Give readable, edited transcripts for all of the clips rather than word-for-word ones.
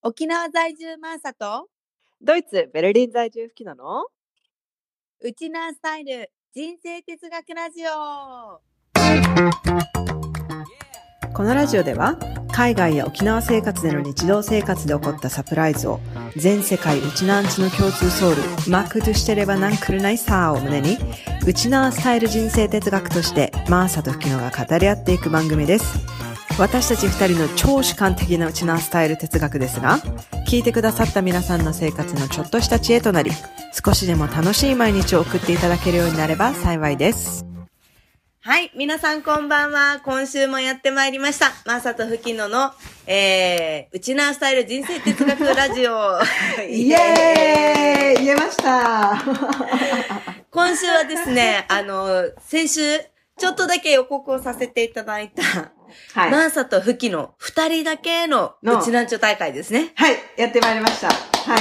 沖縄在住マーサとドイツ・ベルリン在住フキノのウチナースタイル人生哲学ラジオ。 このラジオでは海外や沖縄生活での日常生活で起こったサプライズを全世界ウチナーンチの共通ソウルマクドゥシテレバナンクルナイサーを胸にウチナースタイル人生哲学としてマーサとフキノが語り合っていく番組です。私たち二人の超主観的なウチナースタイル哲学ですが、聞いてくださった皆さんの生活のちょっとした知恵となり、少しでも楽しい毎日を送っていただけるようになれば幸いです。 はい、皆さんこんばんは。今週もやってまいりました。マーサとフキノの、ウチナースタイル人生哲学ラジオ。 イエーイ言えました今週はですね、先週、ちょっとだけ予告をさせていただいた、はい、マーサとフキノ二人だけのウチナンチョ大会ですね。 はい、やってまいりました。はい。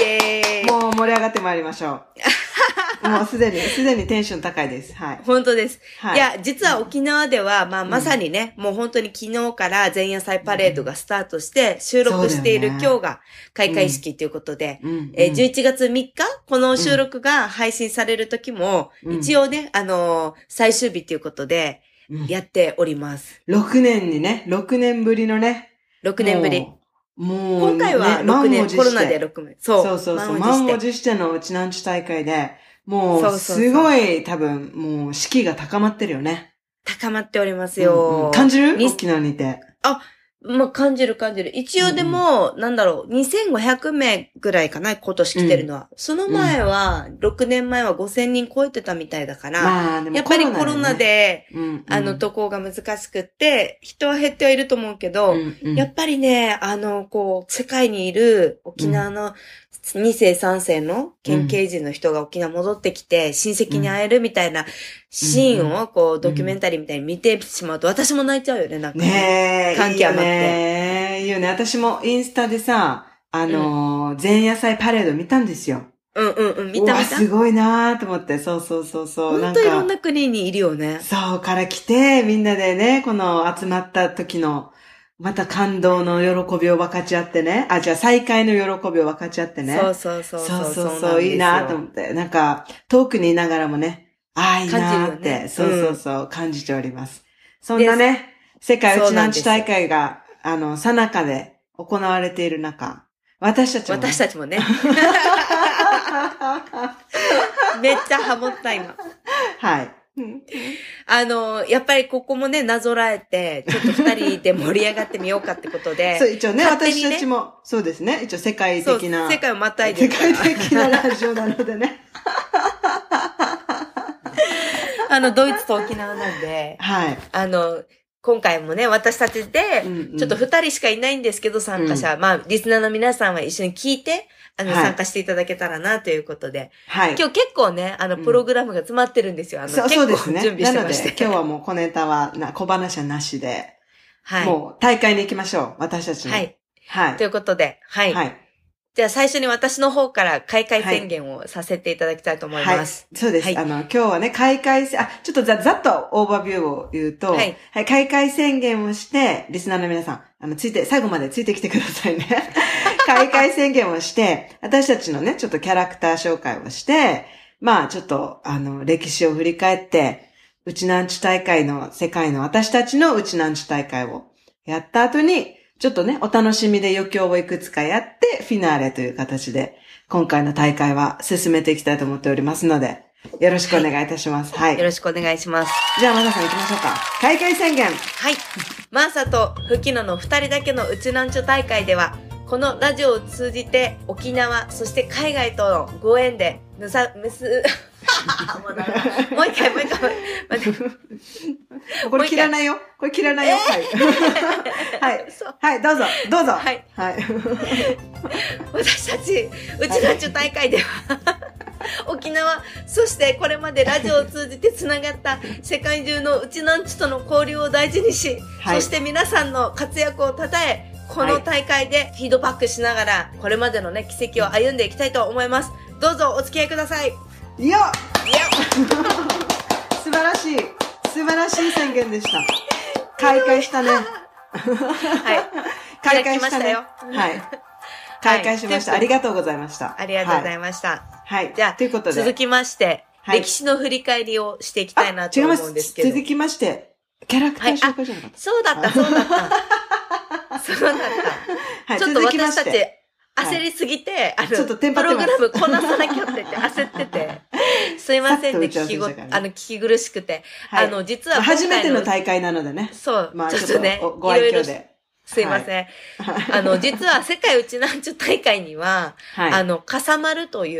もう盛り上がってまいりましょう。もうすでにテンション高いです。はい。 本当です。はい、いや、実は沖縄では、まさにね、もう本当に昨日から前夜祭パレードがスタートして、収録している今日が開会式ということで、11月3日、この収録が配信される時も、一応ね、最終日ということで、やっております。 6年ぶりのね。 6年ぶり。 もう、 今回は6年、コロナで6年。 そう。満を持してのうちなんち大会で、もう、すごい多分、もう、士気が高まってるよね。 高まっておりますよ。 感じる？沖縄にいて。 感じる。一応でも、2500名ぐらいかな、今年来てるのは。その前は、6年前は5000人超えてたみたいだから、やっぱりコロナで、渡航が難しくって、人は減ってはいると思うけど、やっぱりね、世界にいる沖縄の2世3世の県警人の人が沖縄戻ってきて、親戚に会えるみたいなシーンをドキュメンタリーみたいに見てしまうと、私も泣いちゃうよね、なんか。 ねえ。 感極まって。 いいよね。私もインスタでさ、前夜祭パレード見たんですよ。 見た。 すごいなーと思って。そう。 本当いろんな国にいるよね。 そうから来て、みんなでね、この集まった時の、また感動の喜びを分かち合ってね。じゃあ再会の喜びを分かち合ってね。 そう。 いいなーと思って。なんか、遠くにいながらもね、いいなーって、そう、感じております。そんなね、世界うちなんち大会が、最中で行われている中、私たちもね。 めっちゃハモった今。 はい。 やっぱりここもね、なぞらえて、ちょっと二人で盛り上がってみようかってことで。 そう、一応ね、私たちも、そうですね、一応世界的な。 世界をまたいでる。世界的なラジオなのでね。 ドイツと沖縄なんで、 はい。 今回もね、私たちで、ちょっと二人しかいないんですけど、参加者。リスナーの皆さんは一緒に聞いて、参加していただけたらな、ということで。 はい。 今日結構ね、プログラムが詰まってるんですよ。 そうですね。 準備してまして。 今日はもう小ネタは、小話はなしで。はい。もう大会に行きましょう。私たちの。 はい。ということで、はい。じゃあ最初に私の方から開会宣言をさせていただきたいと思います。 はい、そうです。今日はね、ちょっとざっとオーバービューを言うと、はい。開会宣言をして、リスナーの皆さん、最後までついてきてくださいね。開会宣言をして、私たちのね、ちょっとキャラクター紹介をして、ちょっと、歴史を振り返って、うちなんち大会の世界の私たちのうちなんち大会をやった後に、ちょっとね、お楽しみで余興をいくつかやって、フィナーレという形で、今回の大会は進めていきたいと思っておりますので、よろしくお願いいたします。はい。 よろしくお願いします。 じゃあ、マサさん行きましょうか。開会宣言。 はい。マーサとフキノの二人だけのうちなんちょ大会では、このラジオを通じて沖縄、そして海外とのご縁で、もう一回。 これ切らないよ。はい、どうぞ。 はい。私たち、うちなんちょ大会では、沖縄、そしてこれまでラジオを通じてつながった世界中のうちなんちとの交流を大事にし、そして皆さんの活躍を称え、この大会でフィードバックしながら、これまでのね、奇跡を歩んでいきたいと思います。どうぞお付き合いください。 素晴らしい宣言でした。開会したね。 はい。開会したね。 はい。 開会しました。ありがとうございました。 ありがとうございました。 はい。 じゃあ、ということで続きまして、歴史の振り返りをしていきたいなと思うんですけど。 続きまして、キャラクター紹介じゃなかった。 そうだった。そうだった。ちょっと私たち、焦りすぎて、 ちょっとテンパってます。 プログラムこなさなきゃって焦ってて。すいませんね、聞き苦しくて。実は初めての大会なのでね。 そう。ちょっとね、 ご愛嬌で。 すいません。実は世界うちなんちゅ大会には、かさまるという、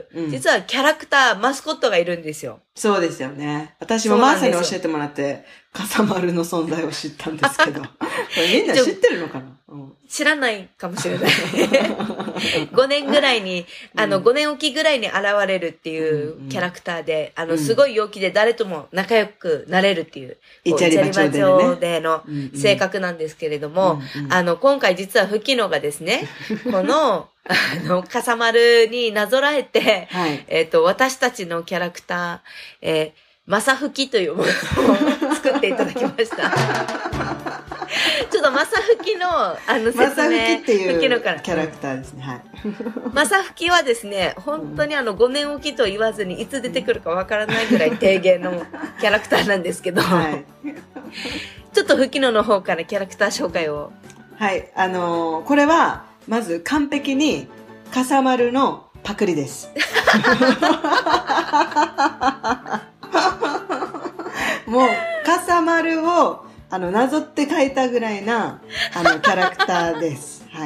実はキャラクター、マスコットがいるんですよ。 そうですよね。私もマーサに教えてもらって、かさまるの存在を知ったんですけど。これみんな知ってるのかな、 知らないかもしれない。5年ぐらいに、5年おきぐらいに現れるっていうキャラクターで、すごい陽気で誰とも仲良くなれるっていう、 イチャリバ町での性格なんですけれども、今回実は吹野がですね、この、かさまるになぞらえて、私たちのキャラクター、まさふきというものを作っていただきました。ちょっとまさふきの、説明。まさふきっていうキャラクターですね。はい。 まさふきはですね、本当に5年おきと言わずにいつ出てくるかわからないぐらい低減のキャラクターなんですけど、はい、ちょっとふきのの方からキャラクター紹介を。 はい。これは、まず完璧に、かさまるのパクリです。もう、かさまるを、なぞって書いたぐらいな、キャラクターです。はい。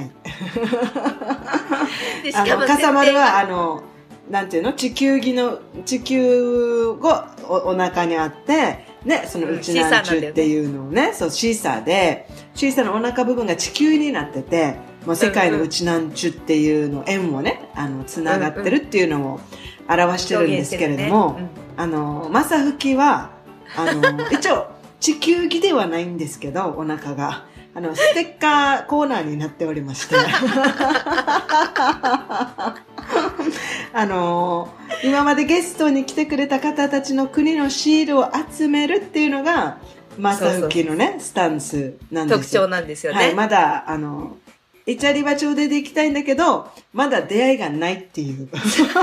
かさまるは、なんていうの、地球がお腹にあって、ね、そのうちなんちゅっていうのをね、そう、シーサーで、シーサーのお腹部分が地球になってて、もう世界のうちなんちゅっていうの、円もね、つながってるっていうのを表してるんですけれども、まさふきは、一応、地球儀ではないんですけど、お腹が。ステッカーコーナーになっておりまして。今までゲストに来てくれた方たちの国のシールを集めるっていうのが、まさふきのね、スタンスなんですよ。 特徴なんですよね。 はい、まだ、イチャリバ町で行きたいんだけど、まだ出会いがないっていう。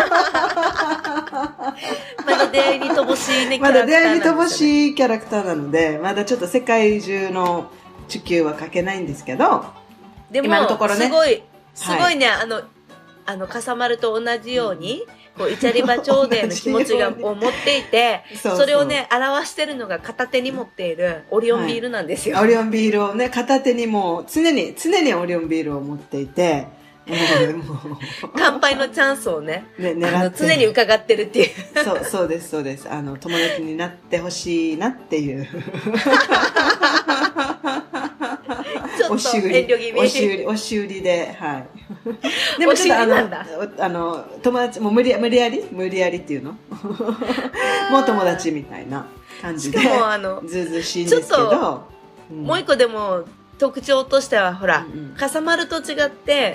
まだ出会いに乏しいね、 まだ出会いに乏しいキャラクターなので、まだちょっと世界中の地球は書けないんですけど、 でも、今のところね。すごいね、かさまると同じように、こう、イチャリバ町での気持ちを持っていて、それをね、表してるのが片手に持っているオリオンビールなんですよ。 オリオンビールをね、片手にもう、常にオリオンビールを持っていて、 乾杯のチャンスをね、 狙って常に伺ってるっていう。 そうです。友達になってほしいなっていう。 ちょっと遠慮気味。 押し売りで、はい。でもちょっと友達、もう無理やりっていうのもう友達みたいな感じで。しかもずうずうしいんですけど。 もう一個でも、特徴としては、ほら、かさまると違って、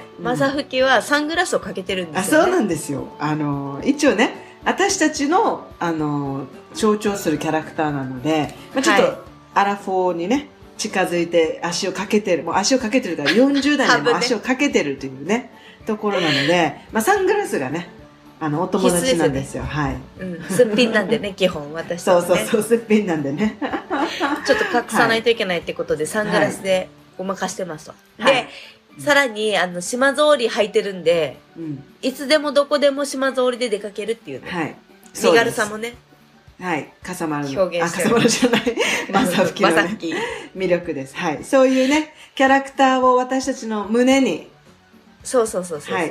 まさふきはサングラスをかけてるんですよね。 そうなんですよ。一応ね、私たちの、象徴するキャラクターなので、ちょっと、アラフォーにね、近づいて足をかけてるから40代でも足をかけてるというね、ところなので、サングラスがね、お友達なんですよ。はい。 すっぴんなんでね、基本、私たちね。 そう、すっぴんなんでね。 ちょっと隠さないといけないってことで、サングラスでごまかしてますと。で、さらに、島草履履いてるんで、いつでもどこでも島草履で出かけるっていうね。はい。身軽さもね。 はい。かさまるの。かさまるじゃない。まさふきのね。魅力です。はい。そういうね、キャラクターを私たちの胸に。 そう。はい。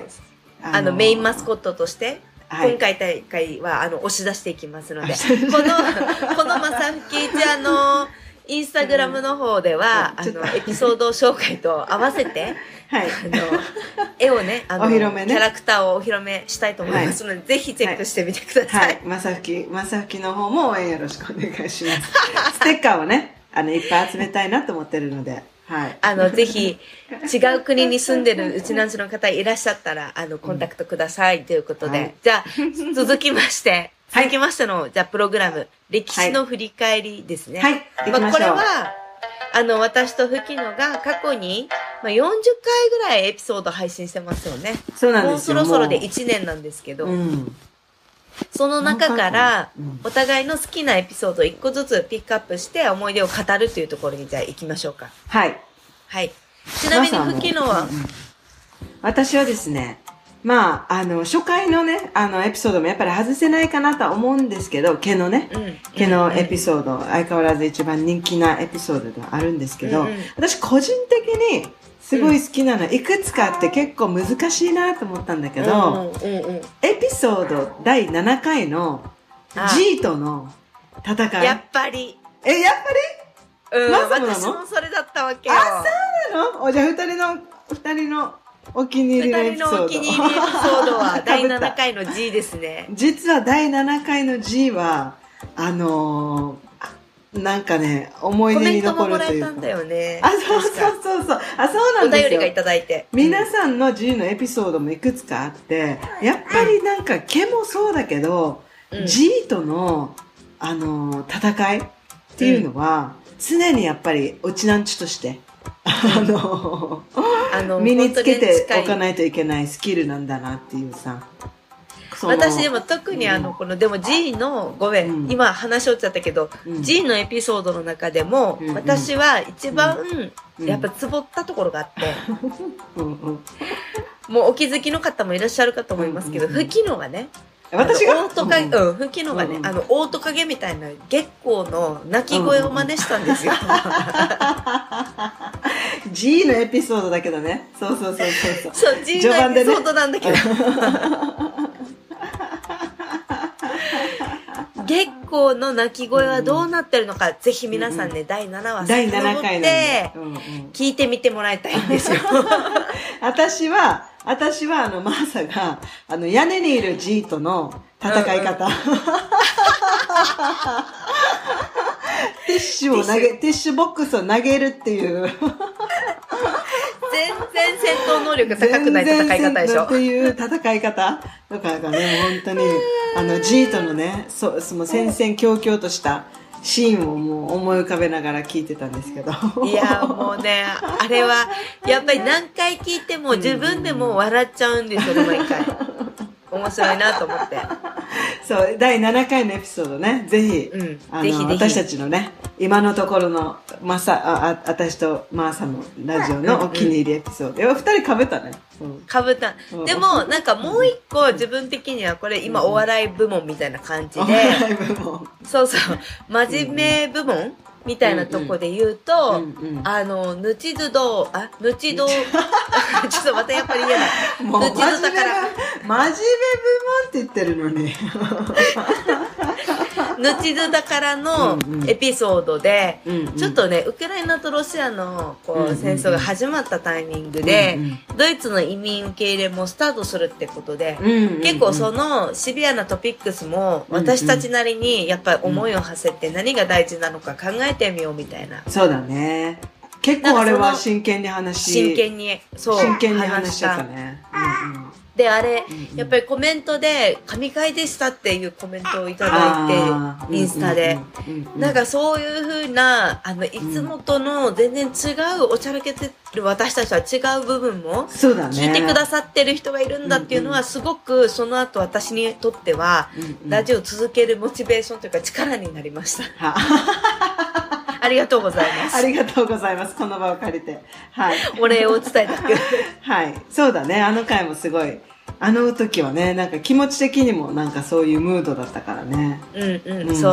メインマスコットとして、今回大会は、押し出していきますので、このまさふき、じゃあ、インスタグラムの方では、エピソード紹介と合わせて、はい。絵をね、 お披露目ね。 キャラクターをお披露目したいと思いますので、ぜひチェックしてみてください。はい。 まさふきの方も応援よろしくお願いします。ステッカーをね、いっぱい集めたいなと思ってるので、はい。 ぜひ、違う国に住んでるうちなんちの方いらっしゃったら、コンタクトくださいということで、じゃあ、続きまして、じゃあ、プログラム、歴史の振り返りですね。 はい。 これは、私と吹野が過去に、 まあ、40回ぐらいエピソード配信してますよね。 そうなんですよ。 もうそろそろで1年なんですけど、その中からお互いの好きなエピソードを1個ずつピックアップして思い出を語るというところにじゃあ行きましょうか。 はい。 はい。ちなみに吹きのは、 私はですね、まあ、初回のね、エピソードもやっぱり外せないかなとは思うんですけど、毛のね、毛のエピソード、相変わらず一番人気なエピソードではあるんですけど、私個人的にすごい好きなの、いくつかあって結構難しいなと思ったんだけど、エピソード第7回の G との戦い。 やっぱり。 やっぱり私もそれだったわけよ。 あ、そうなの？じゃあ二人のお気に入りのエピソード。 二人のお気に入りエピソードは第7回の G ですね。 実は第7回の G は、なんかね、思い出に残るというか。コメントももらえたんだよね。あ、そう。あ、そうなんですよ。 お便りがいただいて。 皆さんの G のエピソードもいくつかあって、やっぱりなんか毛もそうだけど、G との、戦いっていうのは、常にやっぱりおちなんちとして、身につけておかないといけないスキルなんだなっていうさ。 私でも特にでも G の、ごめん、今話し落ちちゃったけど、G のエピソードの中でも、私は一番、やっぱツボったところがあって、もうお気づきの方もいらっしゃるかと思いますけど、吹きのがね、 私が吹きのがね、オオトカゲみたいな月光の鳴き声を真似したんですよ。 G のエピソードだけどね。そう。 そう、G のエピソードなんだけど。月光の鳴き声はどうなってるのか、ぜひ皆さんね、第7話第7回で聞いてみてもらいたいんですよ。 私はマーサが、屋根にいる G との戦い方。ティッシュボックスを投げるっていう。 全然戦闘能力高くない戦い方でしょ。 っていう戦い方だからね、本当に、G とのね、その戦々恐々としたシーンをもう思い浮かべながら聞いてたんですけど。 いや、もうね、あれは、やっぱり何回聞いても自分でも笑っちゃうんですよ、毎回。面白いなと思って。 そう、第7回のエピソードね、ぜひ、私たちのね、今のところの、私とマーサのラジオのお気に入りエピソード。二人被ったね。 被った。でも、なんかもう一個自分的にはこれ今お笑い部門みたいな感じで、お笑い部門。 そう、真面目部門みたいなとこで言うと、ぬちどど、ちょっとまたやっぱり言えない。 もう真面目部門って言ってるのに。 ぬちどだからのエピソードで、ちょっとね、ウクライナとロシアの戦争が始まったタイミングで、ドイツの移民受け入れもスタートするってことで、結構そのシビアなトピックスも私たちなりにやっぱり思いを馳せて何が大事なのか考えてみようみたいな。 そうだね。結構あれは真剣に話しちゃったね。 で、あれ、やっぱりコメントで、神回でしたっていうコメントをいただいて、インスタで。なんかそういう風な、いつもとの全然違う、おちゃらけてる私たちは違う部分も、聞いてくださってる人がいるんだっていうのは、すごくその後私にとっては、ラジオを続けるモチベーションというか力になりました。ありがとうございます。 ありがとうございます。この場を借りて。はい。 お礼を伝えたく。 はい。そうだね。あの回もすごい。あの時はね、なんか気持ち的にもなんかそういうムードだったからね。 そう。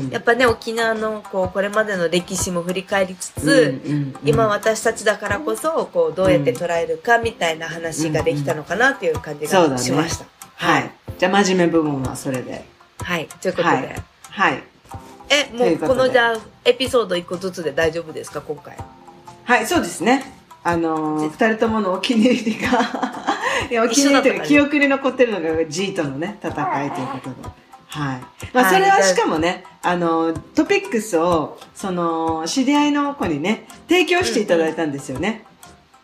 やっぱね、沖縄のこれまでの歴史も振り返りつつ、今私たちだからこそ、どうやって捉えるかみたいな話ができたのかなっていう感じがしました。 はい。じゃあ真面目部分はそれで。 はい。ということで。 はい。 もうこのじゃあエピソード1個ずつで大丈夫ですか、今回。 はい、そうですね。二人とものお気に入りがお気に入りというか記憶に残ってるのが G とのね、戦いということで。はい。まあ、それはしかもね、トピックスを、知り合いの子にね、提供していただいたんですよね。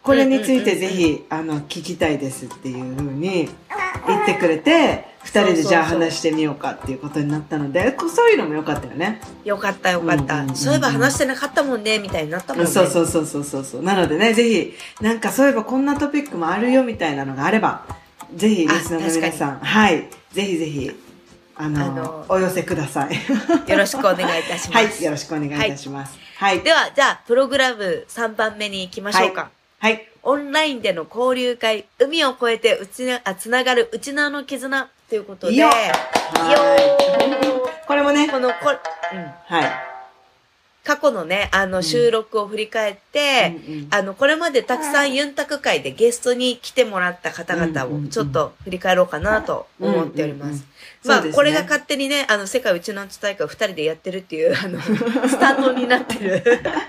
これについてぜひ、聞きたいですっていうふうに言ってくれて、二人でじゃあ話してみようかっていうことになったので、そういうのもよかったよね。 よかった。そういえば話してなかったもんね、みたいになったもんね。 そう。なのでね、ぜひ、なんかそういえばこんなトピックもあるよみたいなのがあれば、ぜひリスナーの皆さん、はい、ぜひぜひ、お寄せください。 よろしくお願いいたします。 はい、よろしくお願いいたします。はい。 では、じゃあ、プログラム3番目に行きましょうか。 はい。 オンラインでの交流会、海を越えてつながる内縄の絆ということで、 これもね、 はい。過去のね、収録を振り返って、これまでたくさんユンタク会でゲストに来てもらった方々をちょっと振り返ろうかなと思っております。まあ、これが勝手にね、世界内縄大会を2人でやってるっていう、スタートになってる。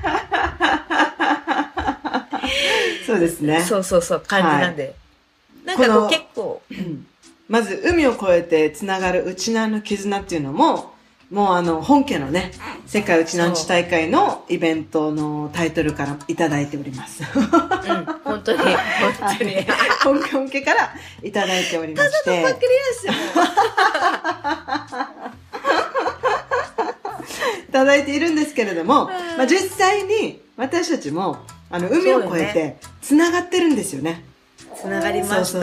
そうですね。 そう、感じなんで。なんかこう結構。 まず、海を越えてつながる内縄の絆っていうのも、もう本家のね、世界内縄大会のイベントのタイトルからいただいております。 本当に。 本家からいただいておりまして。 ただのパクリやしいただいているんですけれども、まあ、実際に私たちも海を越えてつながってるんですよね。 つながりました。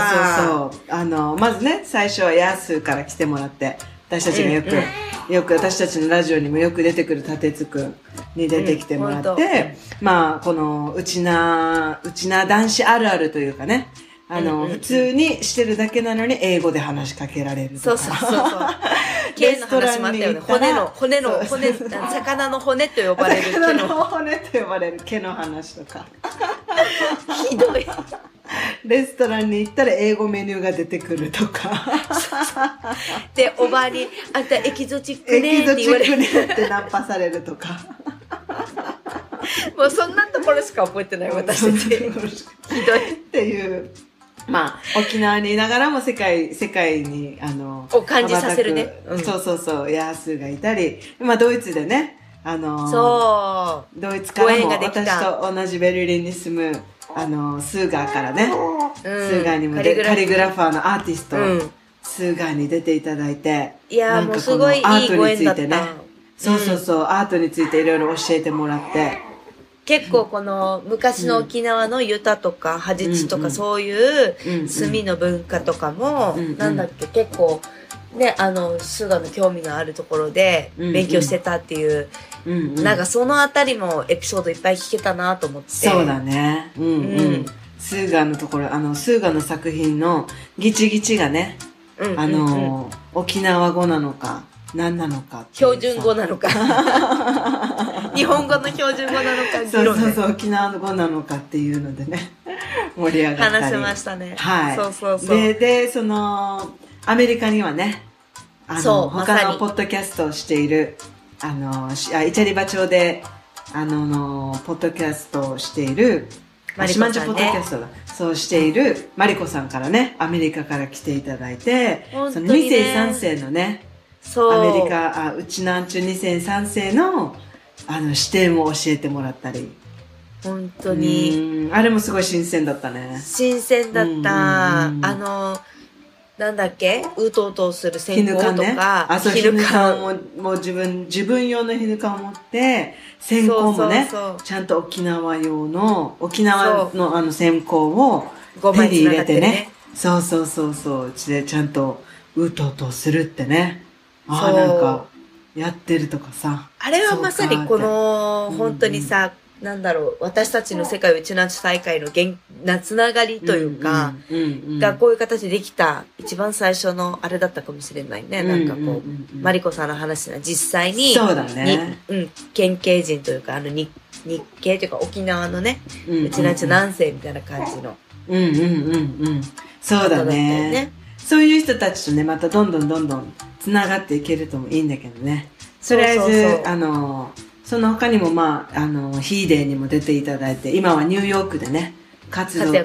まずね、最初はヤースーから来てもらって、私たちがよく私たちのラジオにもよく出てくる立津くんに出てきてもらって、まあ、この内縄男子あるあるというかね、普通にしてるだけなのに英語で話しかけられるとか。 そう。毛の話もあったよね。骨、魚の骨と呼ばれる魚の骨と呼ばれる毛の話とか。 ひどい。 レストランに行ったら英語メニューが出てくるとか。 で、おばあに、あんたエキゾチックねって言われる。 エキゾチックねってナンパされるとか。 もうそんなところしか覚えてない私たち。ひどい。 っていう。まあ、沖縄にいながらも世界に、 を感じさせるね。 そう、ヤースーがいたり、まあ、ドイツでね、 ドイツからも私と同じベルリンに住む、スーガーからね、スーガーにもカリグラファーのアーティスト、スーガーに出ていただいて、 いやもうすごいいいご縁だった。 そう、アートについていろいろ教えてもらって、 結構この昔の沖縄のユタとかハジチとかそういう炭の文化とかも、なんだっけ、結構ね、スーガーの興味のあるところで勉強してたっていう、なんかそのあたりもエピソードいっぱい聞けたなと思って。 そうだね。スーガーのところ、スーガーの作品のギチギチがね、沖縄語なのか、何なのか。 標準語なのか。日本語の標準語なのか。 そう、沖縄語なのかっていうのでね、盛り上がったり。 話せましたね。 はい。 そう。 で、アメリカにはね、他のポッドキャストをしている、イチャリバ町で、ポッドキャストをしている、シマンチョポッドキャストだ。そうしている、マリコさんからね、アメリカから来ていただいて、その2世3世のね、アメリカ、内南中2世3世の、視点を教えてもらったり。 本当に。 あれもすごい新鮮だったね。 新鮮だった。なんだっけ、うとうとする線香とか。 ヒヌカンも自分用のヒヌカンを持って、線香もね、ちゃんと沖縄の線香を手に入れてね。そう。うちでちゃんとうとうとするってね。なんか、やってるとかさ。 あれはまさにこの、本当にさ、なんだろう、私たちの世界内縄大会のつながりというか、がこういう形でできた一番最初のあれだったかもしれないね。なんかこう、マリコさんの話は実際に、 そうだね。 県警人というか、日系というか沖縄のね、内縄南西みたいな感じの。 そうだね。そういう人たちとね、またどんどんつながっていけるともいいんだけどね。とりあえず、その他にもまあ、ヒーデーにも出ていただいて、今はニューヨークでね、活動じゃない。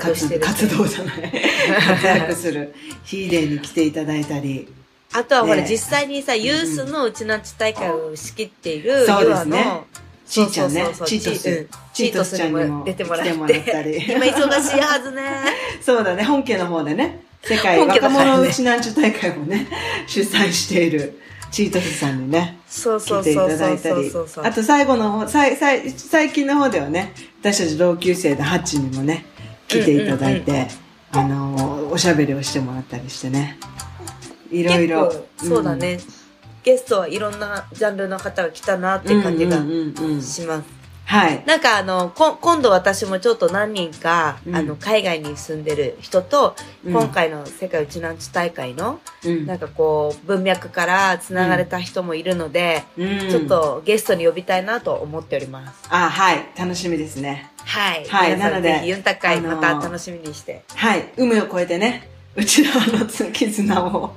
活躍するヒーデーに来ていただいたり。 あとはほら、実際にさ、ユースの内縄大会を仕切っている、ユアのちーちゃんね。 チートスちゃんにも出てもらったり。今忙しいはずね。 そうだね。本家の方でね。世界若者うちなんちゅ大会もね、主催しているチートスさんにね、来ていただいたり。あと最近の方ではね、私たち同級生でハッチにもね、来ていただいて、おしゃべりをしてもらったりしてね。いろいろ。 そうだね。ゲストはいろんなジャンルの方が来たなって感じがします。 はい。 なんか今度私もちょっと何人か、海外に住んでる人と、今回の世界うちなんち大会の、なんかこう、文脈から繋がれた人もいるので、ちょっとゲストに呼びたいなと思っております。 はい。楽しみですね。 はい。はい。なので、ぜひユンタ会また楽しみにして。 はい。海を越えてね、うちの絆を、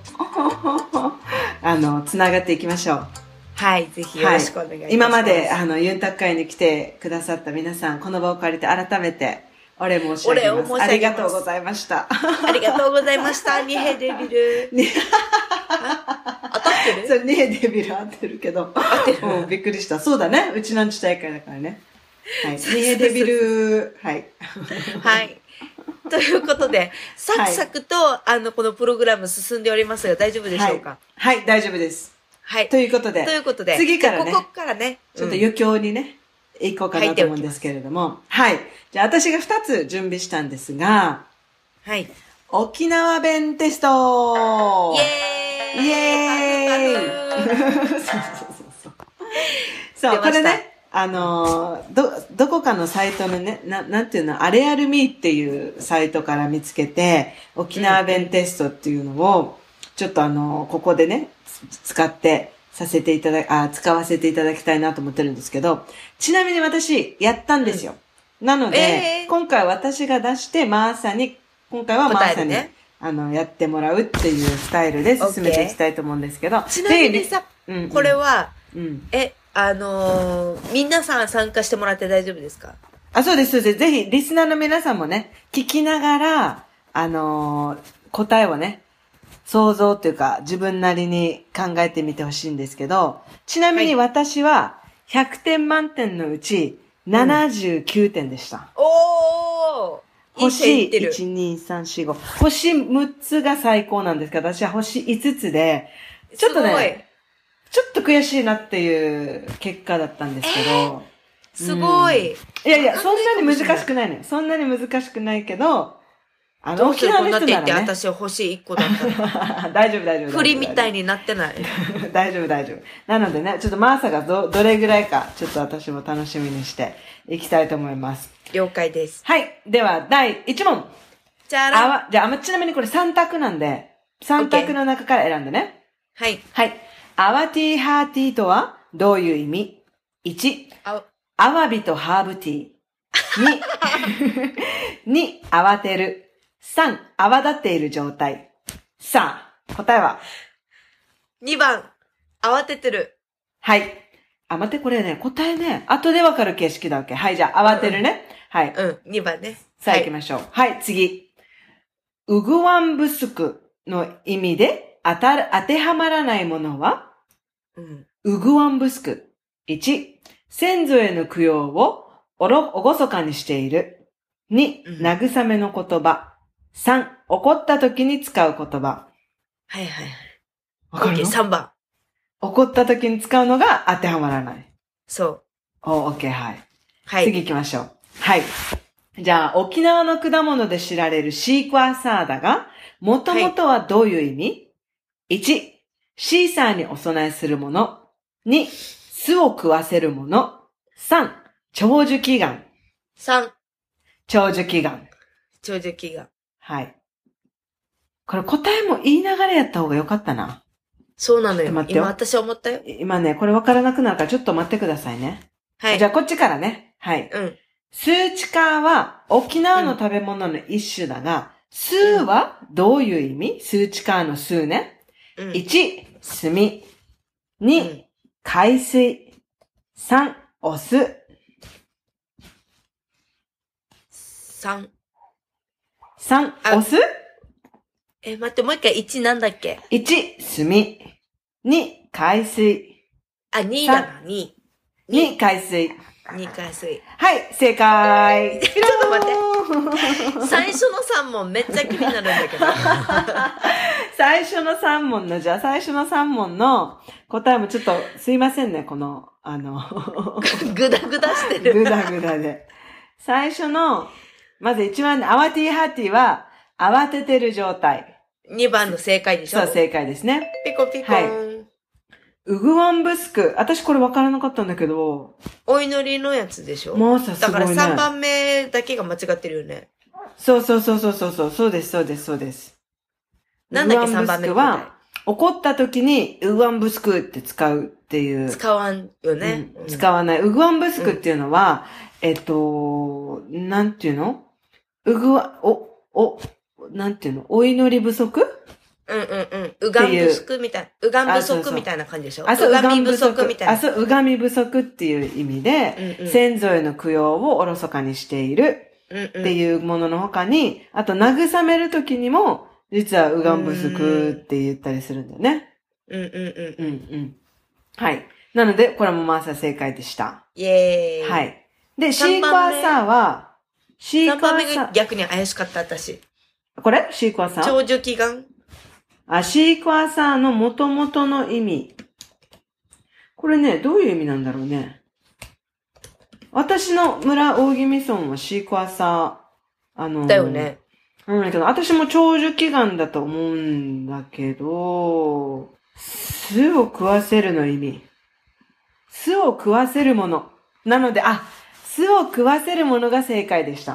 繋がっていきましょう。 はい、ぜひよろしくお願いします。 今まで、ユンタク会に来てくださった皆さん、この場を借りて改めて、お礼申し上げます。ありがとうございました。 ありがとうございました。ニヘデビル。当たってる？ そう、ニヘデビル合ってるけど。 合ってる。 もうびっくりした。そうだね。うちなんち大会だからね。はい。ニヘデビル、はい。 はい。ということで、サクサクと、このプログラム進んでおりますが、大丈夫でしょうか？ はい、大丈夫です。はい。ということで、次からね、 ここからね、 ちょっと余興にね、行こうかなと思うんですけれども、はい。じゃあ私が2つ準備したんですが、 はい。 沖縄弁テストイエーイそう、これね、どこかのサイトのね、なんていうの、あれあるみっていうサイトから見つけて、沖縄弁テストっていうのを、ちょっとここでね、使わせていただきたいなと思ってるんですけど、ちなみに私、やったんですよ。なので、今回私が出して、今回はマーサに、やってもらうっていうスタイルで進めていきたいと思うんですけど。 ちなみにさ、これは、皆さん参加してもらって大丈夫ですか？ そうです、そうです。ぜひ、リスナーの皆さんもね、聞きながら、答えをね、想像というか、自分なりに考えてみてほしいんですけど、ちなみに私は、100点満点のうち、79点でした。 おー！ 星1、2、3、4、5。星6つが最高なんですけど、私は星5つで、ちょっとね、ちょっと悔しいなっていう結果だったんですけど。 すごい。 いや、そんなに難しくないのよ。そんなに難しくないけど、 どうするこんなって言って、私星1個だったら。大丈夫。 振みたいになってない。 大丈夫。なのでね、ちょっとマーサがどれぐらいか、ちょっと私も楽しみにしていきたいと思います。 了解です。 はい。では、第1問。じゃあ、ちなみにこれ3択なんで、3択の中から選んでね。 はい。 はい。アワティーハーティーとはどういう意味？ 1、アワビとハーブティー。2、慌てる。3、泡立っている状態。さあ、答えは ?2 番、慌ててる。 はい。待って、これね、答えね、後でわかる形式だわけ。はい、じゃあ、慌てるね。はい。 2番ね。 さあ、行きましょう。はい、次。ウグワンブスクの意味で当てはまらないものは、ウグワンブスク。1、先祖への供養をおごそかにしている。2、慰めの言葉。3、怒った時に使う言葉。 はい。 わかるの？ 3 番。 怒った時に使うのが当てはまらない。 そう。 OK、はい。はい。次行きましょう。はい。じゃあ、沖縄の果物で知られるシークワーサーダが、もともとはどういう意味？ 1、シーサーにお供えするもの。2、巣を食わせるもの。3、長寿祈願。 3、 長寿祈願。 長寿祈願。 はい。これ答えも言いながらやった方がよかったな。 そうなのよ。今私思ったよ。 今ね、これ分からなくなるからちょっと待ってくださいね。 はい。 じゃあこっちからね。はい。スーチカーは沖縄の食べ物の一種だが、スーはどういう意味？スーチカーのスーね。1、炭。2、海水。3、お酢。 3、 お酢？ 待って、もう一回1なんだっけ？ 1、炭。2、海水。 2だな、2。 2、海水。 2海水。 はい、正解。 ちょっと待って。最初の3問めっちゃ気になるんだけど。 最初の3問の、じゃあ最初の3問の答えもちょっとすいませんね、この、 ぐだぐだしてる。 ぐだぐだで。最初の、まず1番で、アワティハティは、慌ててる状態。 2番の正解でしょ？ そう、正解ですね。 ピコピコーン。はい、 ウグワンブスク。私これ分からなかったんだけど。 お祈りのやつでしょ？ もうさすがに、ね。 だから3番目だけが間違ってるよね。 そう。そうです。 なんだっけ3番目の答えは、 怒った時にウグワンブスクって使うっていう。 使わんよね。 使わない。ウグワンブスクっていうのは、なんていうの？なんていうの？お祈り不足？ うがん不足みたいな。うがん不足みたいな感じでしょ？ そう、 うがみ不足みたいな。 そう、うがみ不足っていう意味で、先祖への供養をおろそかにしているっていうものの他に、あと慰めるときにも、実はうがん不足って言ったりするんだよね。はい。なので、これもまさ正解でした。 イェーイ。 はい。で、シークワーサーは、 3番目が逆に怪しかった私。 これシークワーサー？ 長寿祈願。 シークワーサーの元々の意味。これね、どういう意味なんだろうね。私の村大宜味村はシークワーサー、 だよね。 私も長寿祈願だと思うんだけど、巣を食わせるの意味。巣を食わせるもの。なので、巣を食わせるものが正解でした。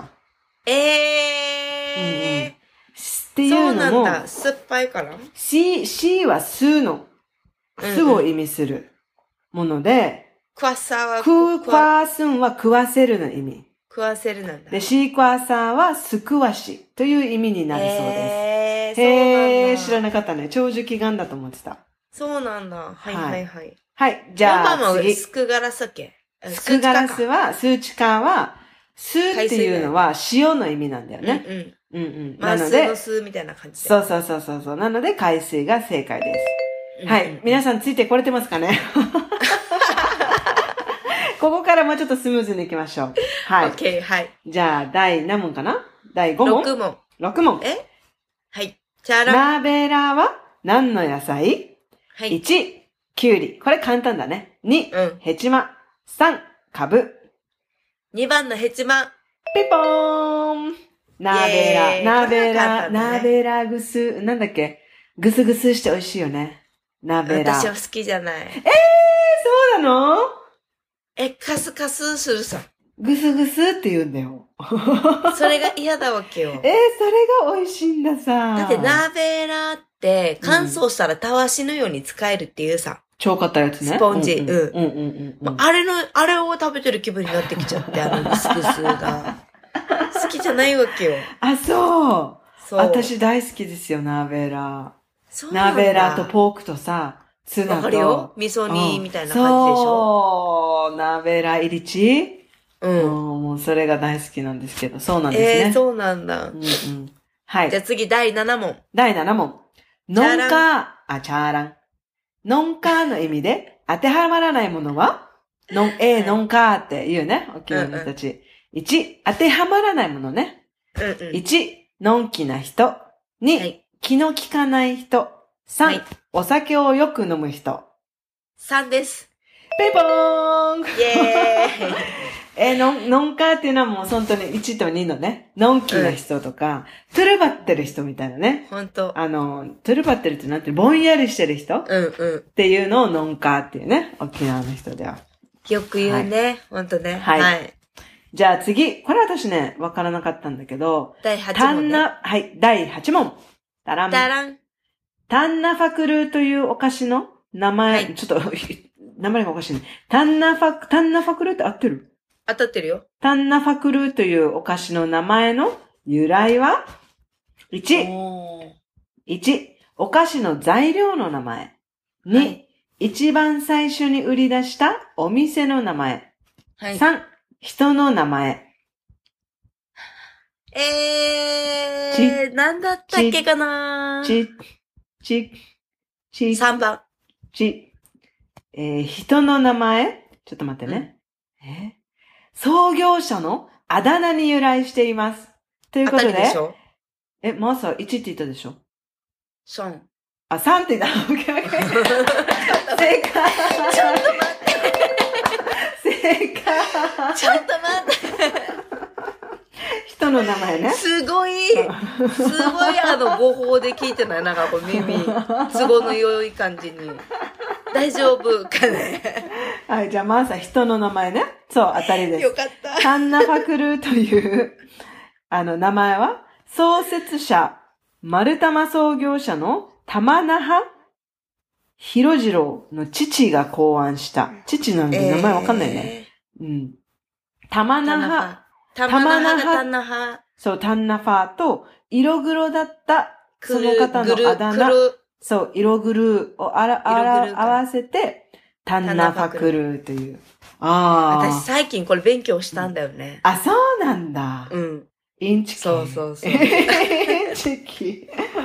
っていうのも、 そうなんだ。酸っぱいから？ C は巣の、巣を意味するもので、 クワッサーは、 クワースンは食わせるの意味。 食わせるなんだ。 で、シークワーサーはすくわしという意味になるそうです。 そうなんだ。 知らなかったね。長寿祈願だと思ってた。 そうなんだ。はい。 はい、じゃあ次。 スクガラスだっけ？ スクガラスは、数値化は、数っていうのは塩の意味なんだよね。 なので、数みたいな感じで。 そう。なので、海水が正解です。はい。皆さんついてこれてますかねここからもうちょっとスムーズに行きましょう。はい。 OK、はい。 じゃあ、第何問かな？第5問。6問。 はい。チャラン。 ナベラは何の野菜？はい。1、キュウリ。これ簡単だね。2、ヘチマ。3、カブ。 2番のヘチマ。 ピポーン。ナベラグス。なんだっけ？グスグスして美味しいよね。ナベラ。 私は好きじゃない。 そうなの？ カスカスするさ。 グスグスって言うんだよ。 それが嫌だわけよ。 それが美味しいんださ。 だってナベラって乾燥したらたわしのように使えるっていうさ。 超硬いやつね。 スポンジ。あれを食べてる気分になってきちゃって、グスグスが。好きじゃないわけよ。 そう。私大好きですよ、ナベラ。ナベラとポークとさ、ツナと。 わかるよ。味噌煮みたいな感じでしょ。 そう。ナベラ入りチもうそれが大好きなんですけど、そうなんですね。 そうなんだ。はい。じゃあ次、第7問。 第7問。ノンカー、チャーラン。ノンカーの意味で当てはまらないものはノンカーって言うね。沖縄の人たち。1、当てはまらないものね。1、のんきな人。2、気の利かない人。3、お酒をよく飲む人。 3です。 ピンポーンイェーイノンカーっていうのはもう本当に1と2のね、のんきな人とか、トゥルバってる人みたいなね。 ほんと。 トゥルバってるってなんてぼんやりしてる人っていうのをノンカーっていうね、沖縄の人では。 よく言うね。ほんとね。 はい。じゃあ次、これ私ね、わからなかったんだけど、 第8問、ね。 第8問。タラン。タンナファクルーというお菓子の名前、ちょっと、名前がおかしいね。タンナファクルーって合ってる？ 当たってるよ。 タンナファクルーというお菓子の名前の由来は ?1、お菓子の材料の名前。2、一番最初に売り出したお店の名前。3、人の名前。 なんだったっけかな3番。 人の名前。 ちょっと待ってね。創業者のあだ名に由来しています。ということで。 でしょマーサー1って言ったでしょ 3。 あ、3って言った。正解。 ちょっと待って。 正解。 ちょっと待って。 人の名前ね。 すごい語法で聞いてない。なんかこう耳、都合の良い感じに。大丈夫かね。 はい、じゃあまずは人の名前ね。そう、当たりです。 よかった。 タンナファクルという、名前は、創設者、丸玉創業者の玉那覇広次郎の父が考案した。父なんで名前わかんないね。うん。玉那覇。そう、タンナファと、色黒だった、その方のあだ名。そう、色黒を合わせて、タンナファクルという。 私最近これ勉強したんだよね。 あ、そうなんだ。 うん。 インチキ。 そう。インチキ。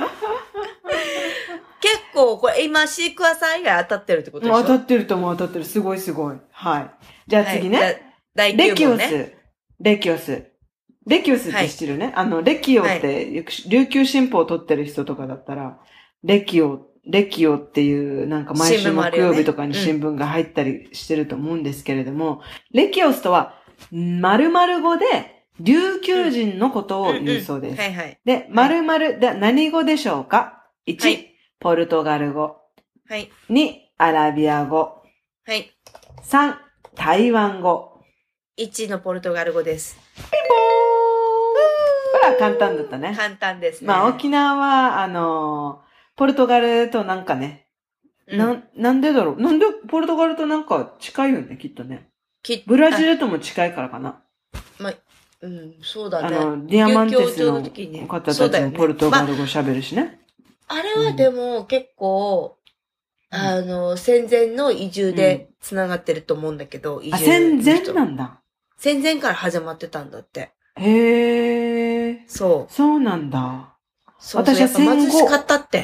結構、これ今シークワーサー以外当たってるってことでしょ？ 当たってると思う、当たってる。すごい。はい。じゃあ次ね。 第9問ね。 レキオスって知ってるね。レキオって、琉球新報を撮ってる人とかだったら、レキオっていう、なんか毎週木曜日とかに新聞が入ったりしてると思うんですけれども、レキオスとは、〇〇語で、琉球人のことを言うそうです。で、〇〇で何語でしょうか？ 1、ポルトガル語。2、アラビア語。3、台湾語。 1のポルトガル語です。 ピンポーン！これは簡単だったね。 簡単ですね。 まあ沖縄は、ポルトガルとなんかね、なんでだろう？なんでポルトガルとなんか近いよね、きっとね。ブラジルとも近いからかな。 まあ、そうだね。 ディアマンテスの方たちもポルトガル語喋るしね。 あれはでも結構、戦前の移住で繋がってると思うんだけど、 戦前なんだ。 戦前から始まってたんだって。 へー。 そう。 そうなんだ。 私は戦後。貧しかったって。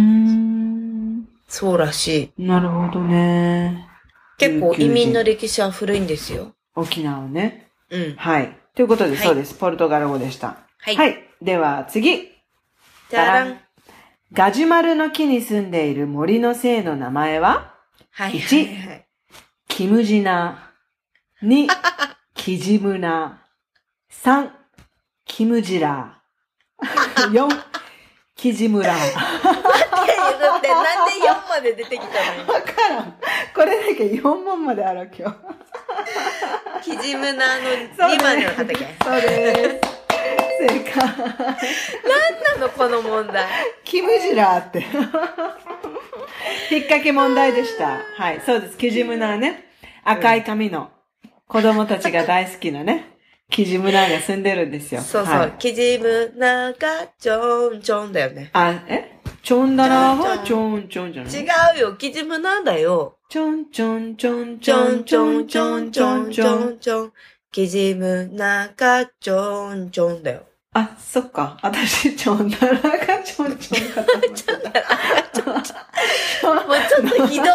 そうらしい。なるほどね。 結構移民の歴史は古いんですよ。 沖縄ね。はい。ということで、そうです。ポルトガル語でした。はい。では次。 じゃらん。 ガジュマルの木に住んでいる森の精の名前は？ 1、キムジナ。2、キジムナ。3、キムジラ。4、キジムラ。 待って、なんで4まで出てきたの？ わからん。これだけ4問まである今日。 キジムナの2番で分かったっけ？ そうです。正解。 何なのこの問題。 キムジラーって。引っ掛け問題でした。はい、そうです。キジムナーね。赤い髪の子供たちが大好きなね。キジムナーが住んでるんですよ。 そう。キジムナーがちょんちょんだよね。 ちょんだらはちょんちょんじゃない？ 違うよ。キジムナーだよ。 ちょんちょんちょんちょんちょんちょんちょんちょんちょん。 キジムナーがちょんちょんだよ。 あ、そっか。私、ちょんだらがちょんちょんかと思った。 ちょんだらがちょんちょん。もうちょっとひどい。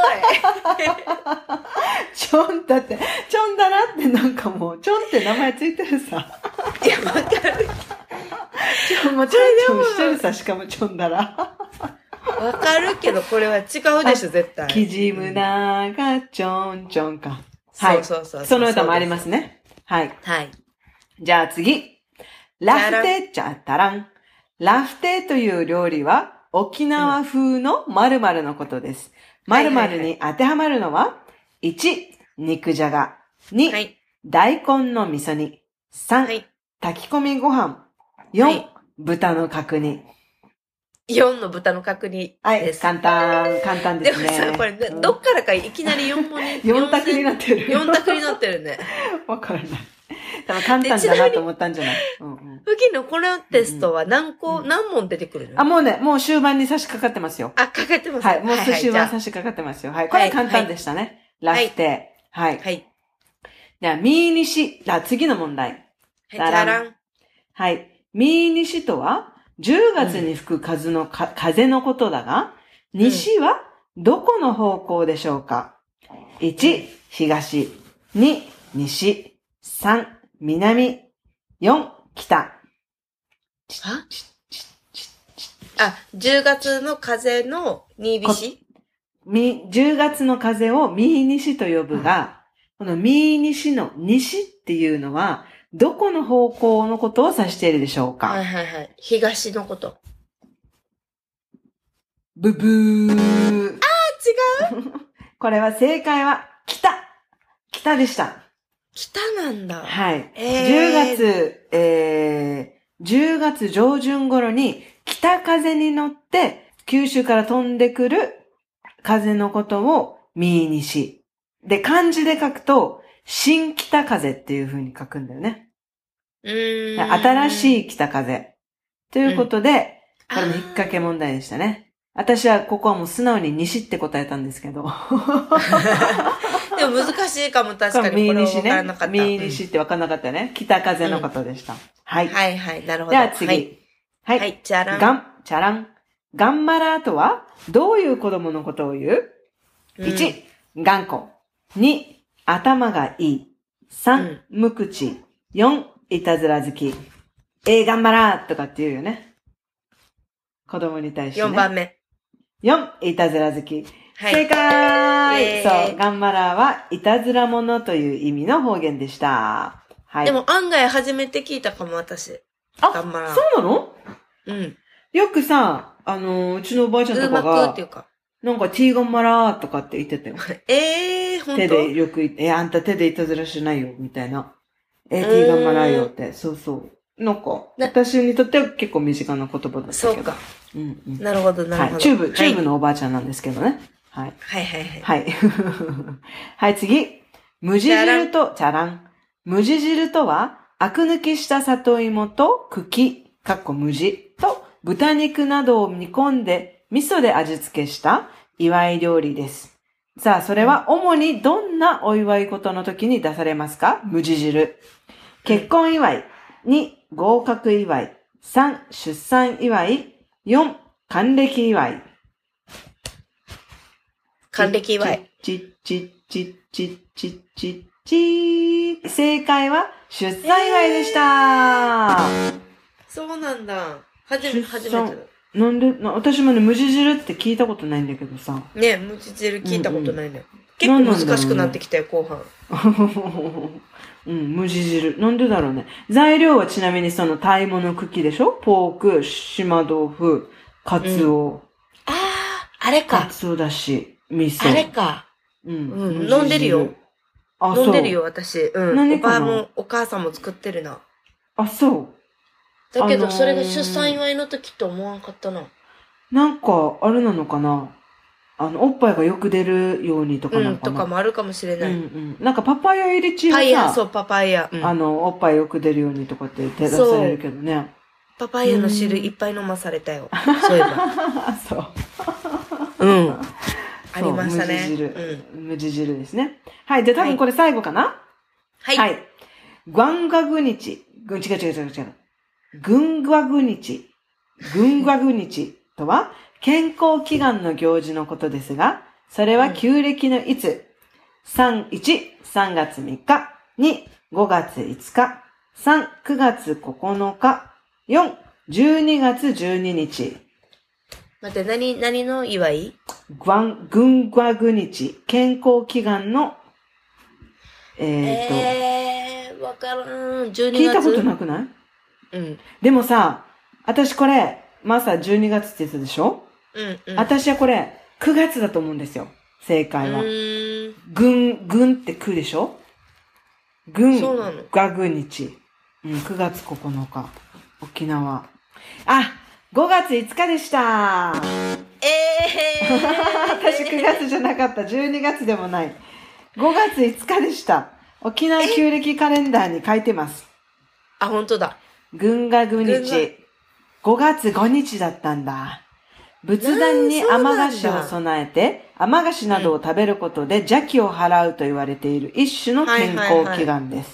だって、ちょんだらってなんかもう、ちょんって名前ついてるさ。 いや、わかる。 もうちょんしてるさ、しかもちょんだら。 わかるけど、これは違うでしょ、絶対。 キジムナーがちょんちょんか。はい。そう。その歌もありますね。はい。じゃあ次。ラフテチャタラン。ラフテという料理は沖縄風の〇〇のことです。〇〇に当てはまるのは、1、肉じゃが。2、大根の味噌煮。3、炊き込みご飯。4、豚の角煮。 4の豚の角煮です。 簡単ですね。 でもさ、これ、どっからかいきなり4問に。 4択になってる。 4択になってるね。 わからない。多分簡単だなと思ったんじゃない？ ふきのこのテストは何問出てくるの？ もう終盤に差し掛かってますよ。 かかってます。 はい、もう終盤差し掛かってますよ。はい、これ簡単でしたね。ラフテ。はい。では、ミーニシ。次の問題。 じゃらん。 はい。ミーニシとは、10月に吹く風のことだが、西はどこの方向でしょうか？ 1、 東。2、西。3、南。4、北。 10月の風の新西 10月の風をミーニシと呼ぶが、このミーニシの西っていうのは、どこの方向のことを指しているでしょうか？ はいはいはい。東のこと。 ブブー。 違うこれは正解は北でした。 北なんだ。 はい。10月上旬頃に北風に乗って九州から飛んでくる風のことをミーニシ。で、漢字で書くと、新北風っていう風に書くんだよね。新しい北風。ということで、これも引っ掛け問題でしたね。私はここはもう素直に西って答えたんですけど。 でも難しいかも、確かに。これは分からなかった。 ミーニシって分からなかったよね。北風のことでした。はい。 はいはい、なるほど。 では次。 はい。チャラン。ガンマラーとはどういう子供のことを言う？ 1、頑固。2、頭がいい。3、無口。4、いたずら好き。頑張らーとかって言うよね。子供に対して、ね。 4番目。 4、いたずら好き。 はい、 正解、そう、ガンマラーはいたずら者という意味の方言でした。はい。 でも案外初めて聞いたかも、私。ガンマラー。 そうなの？ うん。 よくさ、うちのおばあちゃんとかが、 っていうかなんか T ガンマラーとかって言ってたよ。 ほんと？ 手でよく言って、あんた手でいたずらしないよ、みたいな。T ガンマラーよって。そうそう。なんか、私にとっては結構身近な言葉だったけど。 そうか。 うんうん。 なるほど、なるほど。 はい。チューブのおばあちゃんなんですけどね。はい。 はいはいはい。 はい。はい、次。無地汁と、無地汁とは、アク抜きした里芋と茎、無地と豚肉などを煮込んで味噌で味付けした祝い料理です。さあ、それは主にどんなお祝い事の時に出されますか？無地汁。結婚祝い。2、合格祝い。3、出産祝い。4、還暦祝い。 還暦祝い。 正解は出産祝いでした。 そうなんだ。初めてだ。 なんで、私もね、無地汁って聞いたことないんだけどさ。 ね、無地汁聞いたことないね。結構難しくなってきたよ、後半。 無地汁。なんでだろうね。材料はちなみにそのタイモの茎でしょ？ポーク、島豆腐、カツオ。 あれか。 カツオだし、味噌。 あれか。飲んでるよ。飲んでるよ、私。お母さんも作ってるな。 あ、そう。 だけど、それが出産祝いの時って思わんかったな。 なんか、あれなのかな？おっぱいがよく出るようにとかなのかな？ とかもあるかもしれない。 なんかパパイヤ入り中はパパイヤ。 おっぱいよく出るようにとかって出されるけどね。 パパイヤの汁いっぱい飲まされたよ。そういえば。 そう。 ありましたね。 無地汁ですね。はい。で、多分これ最後かな？はい。グワンガグニチ。違う。グングワグニチとは、健康祈願の行事のことですが、それは旧暦のいつ？ 3、3月3日。2、5月5日。3、9月9日。4、12月12日。 待って、何の祝い？ グングワグニチ。健康祈願の、 わからん。12月。 聞いたことなくない？でもさ、私これ、マサ12月って言ってたでしょ？私はこれ、9月だと思うんですよ。正解は。軍って9でしょ？軍、ガグ日。9月9日。沖縄。5月5日でした。私9月じゃなかった。12月でもない。5月5日でした。沖縄旧暦カレンダーに書いてます。 本当だ。 軍が軍日。5月5日だったんだ。仏壇に甘菓子を備えて、甘菓子などを食べることで邪気を払うと言われている一種の健康祈願です。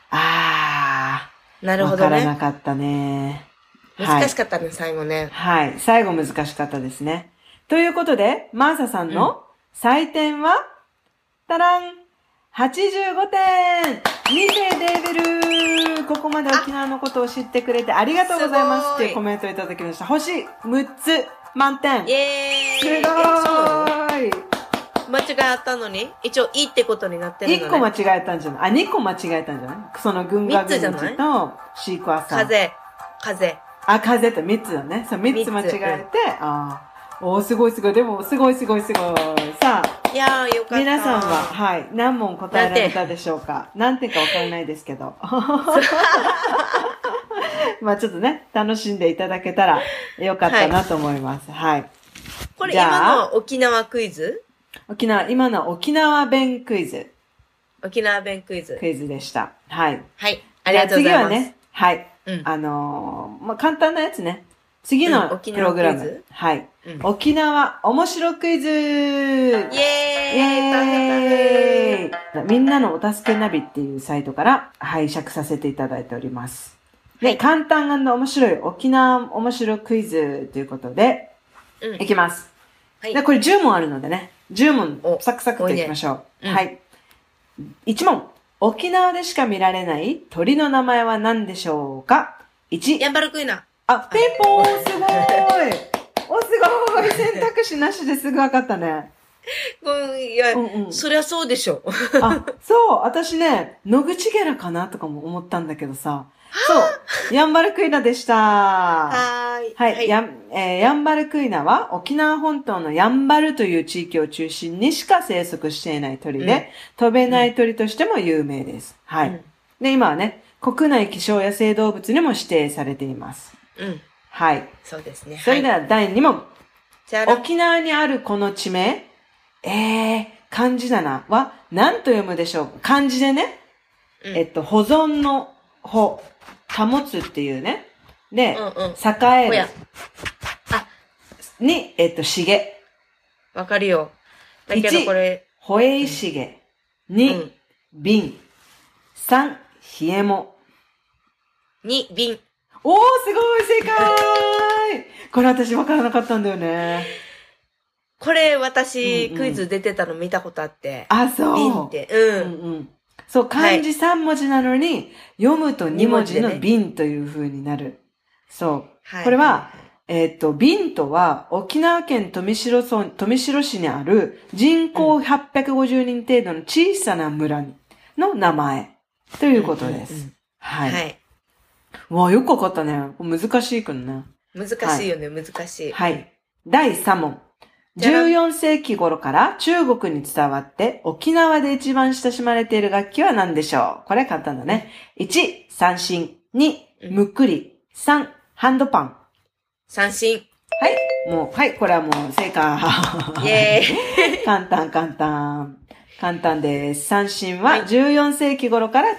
なるほどね。 わからなかったね。 難しかったね、最後ね。 はい。最後難しかったですね。ということで、マーサさんの採点は、たらん 85点。2世デーベル。ここまで沖縄のことを知ってくれてありがとうございますっていうコメントをいただきました。星6つ満点。 イエーイ。 すごーい。 間違えたのに一応いいってことになってるのね。 1個間違えたんじゃない？あ、2個間違えたんじゃない？その群馬軍事とシークワーサー。 風。 あ、風と3つだね。そう、3つ間違えて、おー、すごい。でも、すごい。さあ。 いやー、よかった。 皆さんは、はい、何問答えられたでしょうか？何点かわからないですけど。まあちょっとね、楽しんでいただけたらよかったなと思います。はい。 これ今の沖縄クイズ？ 今の沖縄弁クイズ。 沖縄弁クイズ。 クイズでした。はい。 はい。ありがとうございます。 次はね、はい。まあ簡単なやつね。次のプログラム。はい。沖縄面白クイズ。イエーイみんなのお助けナビっていうサイトから拝借させていただいております。で、簡単&面白い沖縄面白クイズということで、いきます。で、これ10問あるのでね、10問サクサクといきましょう。はい。1問。沖縄でしか見られない鳥の名前は何でしょうか？ 1。 ヤンバルクイナ。 あ、ピンポーンすごーい。お、すごい。選択肢なしですぐ分かったね。 いや、そりゃそうでしょ。 あ、そう。私ね、野口ゲラかなとかも思ったんだけどさ。そう。ヤンバルクイナでした。はい。ヤンバルクイナは沖縄本島のヤンバルという地域を中心にしか生息していない鳥で、飛べない鳥としても有名です。はい。で、今はね、国内希少野生動物にも指定されています。はい。 そうですね。 それでは第2問。沖縄にあるこの地名、漢字だな。は何と読むでしょうか？漢字でね。保存の保つっていうね。で、栄える。に、茂。 わかるよ。だけどこれ。 1、保栄茂。2、瓶。3、冷えも。 2、瓶。 おー、すごい正解これ私分からなかったんだよね。 これ私、クイズ出てたの見たことあって。 あ、そう。 瓶って。 そう、漢字3文字なのに、読むと2文字の瓶という風になる。そう。これは、瓶とは沖縄県富城市にある人口850人程度の小さな村の名前ということです。はい。わあ、よくわかったね。難しいくんね。 難しいよね、難しい。 はい。第3問。14世紀頃から中国に伝わって沖縄で一番親しまれている楽器は何でしょう？これ簡単だね。1、三振。2、むっくり。3、ハンドパン。 三振。 はい。これはもう正解。 イェーイ。 簡単です。三振は14世紀頃から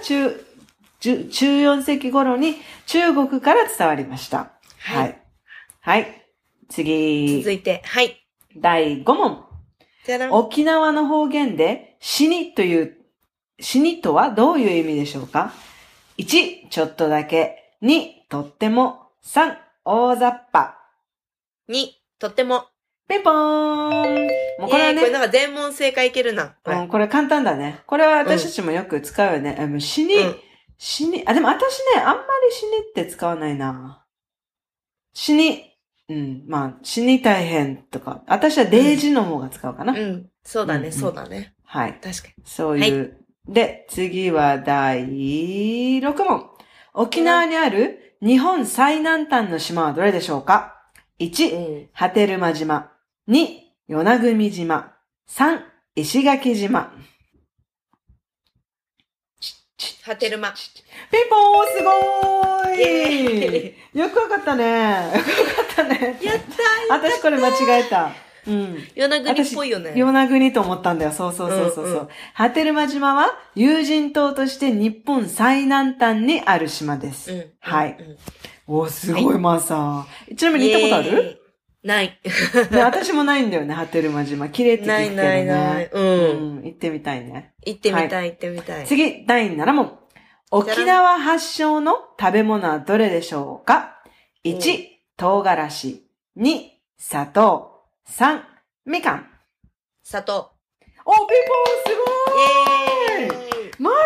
14世紀頃に中国から伝わりました。はい。次。 続いて、はい。 第5問。沖縄の方言で死にとはどういう意味でしょうか？ 1、ちょっとだけ。2、とっても。3、大雑把。 2、とっても。 ピンポーン。もうこれはね。 これなんか全問正解いけるな。 これ簡単だね。これは私たちもよく使うよね。死に。でも私ね、あんまり死にって使わないな。死に大変とか。私はデイジの方が使うかな。 そうだね。 はい。 確かに。 そういう。で、次は第6問。沖縄にある日本最南端の島はどれでしょうか？ 1、波照間島。2、与那国島。3、石垣島。 波照間。 ピンポーンすごーいよくわかったね。 やった私これ間違えた。 与那国っぽいよね。 与那国と思ったんだよ。そう。波照間島は有人島として日本最南端にある島です。はい。お、すごい、マーサー。ちなみに行ったことある？ ない。 私もないんだよね、波照間島。綺麗って聞くけどね。 ない。 行ってみたいね。 行ってみたい。 次、第7問。沖縄発祥の食べ物はどれでしょうか？ 1、唐辛子。2、砂糖。3、みかん。 砂糖。 お、ピンポンすごーい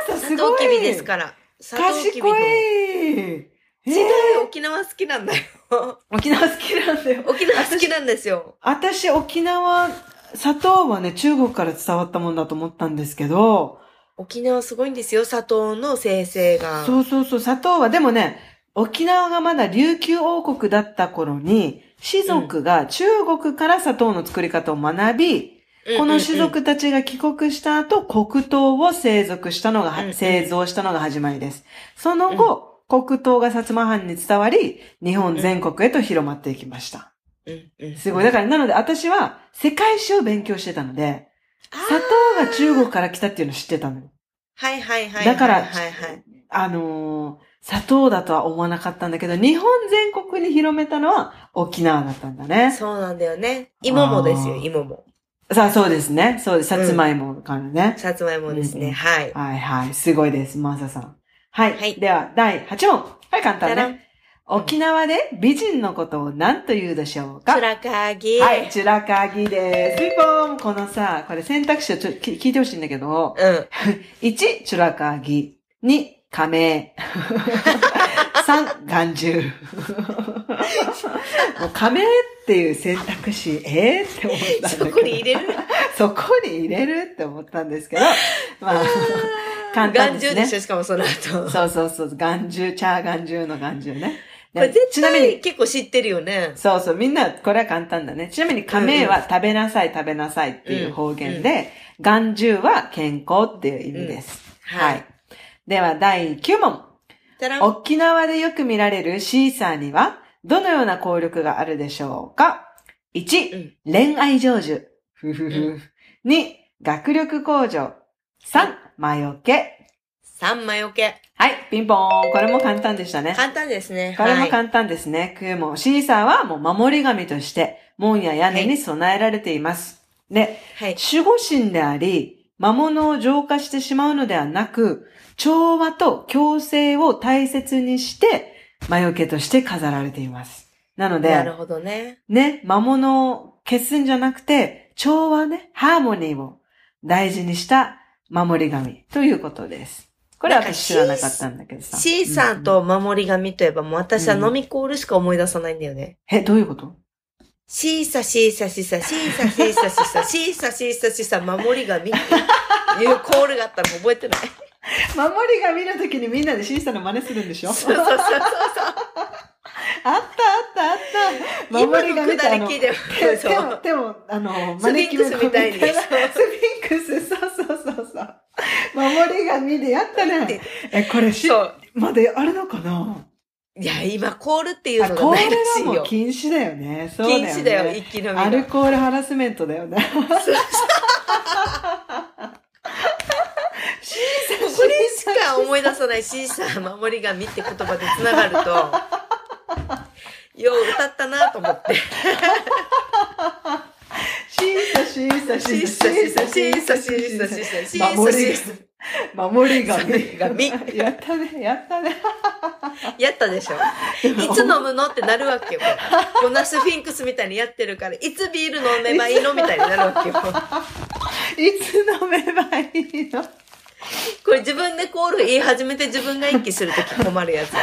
すごい。 サトウキビですから。 サトウキビの。賢い。 沖縄好きなんだよ。 沖縄好きなんだよ。 沖縄好きなんですよ。 私、沖縄、砂糖はね、中国から伝わったもんだと思ったんですけど。 沖縄すごいんですよ、砂糖の生成が。 そうそうそう、砂糖は、でもね、沖縄がまだ琉球王国だった頃に、士族が中国から砂糖の作り方を学び、この士族たちが帰国した後、黒糖を製造したのが始まりです。その後、黒糖が薩摩藩に伝わり、日本全国へと広まっていきました。すごい。だから、なので私は世界史を勉強してたので、砂糖が中国から来たっていうのを知ってたの。 はいはいはい。 だから、砂糖だとは思わなかったんだけど、日本全国に広めたのは沖縄だったんだね。 そうなんだよね。芋もですよ、芋も。 そうですね。そうです。さつまいもからね。 さつまいもですね。はい。 はいはい。すごいです、マーサさん。はい。では、第8問。はい、簡単ね。沖縄で美人のことを何と言うでしょうか？ チュラカギ。 はい、チュラカギです。ピンポーン。このさ、これ選択肢を聞いてほしいんだけど、1、チュラカギ。2、仮名。3、眼中。もう仮名っていう選択肢、って思ったんだけど。 そこに入れるそこに入れるって思ったんですけど、まあ、簡単ですね。 眼中でしょ、しかもその後。 そう。眼中、チャー眼中の眼中ね。 これ絶対結構知ってるよね。 そう。みんな、これは簡単だね。ちなみに仮名は食べなさいっていう方言で、眼中は健康っていう意味です。はい。では、第9問。沖縄でよく見られるシーサーには、どのような効力があるでしょうか？ 1、恋愛成就。2、学力向上。3、魔除け。 3、魔除け。 はい、ピンポーン。これも簡単でしたね。 簡単ですね。 これも簡単ですね。もうシーサーはもう守り神として、門や屋根に備えられています。で、守護神であり、魔物を浄化してしまうのではなく、調和と共生を大切にして、魔除けとして飾られています。なので、 なるほどね。 魔物を消すんじゃなくて、調和ね、ハーモニーを大事にした守り神ということです。これは私知らなかったんだけどさ。 シーサーと守り神といえばもう私は飲みコールしか思い出さないんだよね。 どういうこと？ シーサ、シーサ、シーサ、シーサ、シーサ、シーサ、シーサ、シーサ、シーサ、守り神っていうコールがあったの覚えてない。 守り神の時にみんなでシーサの真似するんでしょ？ そう。 あった。守り神ってでも、 スフィンクスみたいに。スフィンクス、そう。守り神でやったね。これまだあれのかな？ いや、今、コールっていうのがないらしいよ。 コールはもう禁止だよね。そうだよね。 禁止だよ、一気飲みが。 アルコールハラスメントだよね。 これしか思い出さないシーサー守り神って言葉で繋がると、よう歌ったなと思って。 シーサ守り神。やったね。 やったでしょ。いつ飲むのってなるわけよ。こんなスフィンクスみたいにやってるから、いつビール飲めばいいのみたいになるわけよ。 いつ飲めばいいの？ これ自分でコール言い始めて自分が一気するとき困るやつね。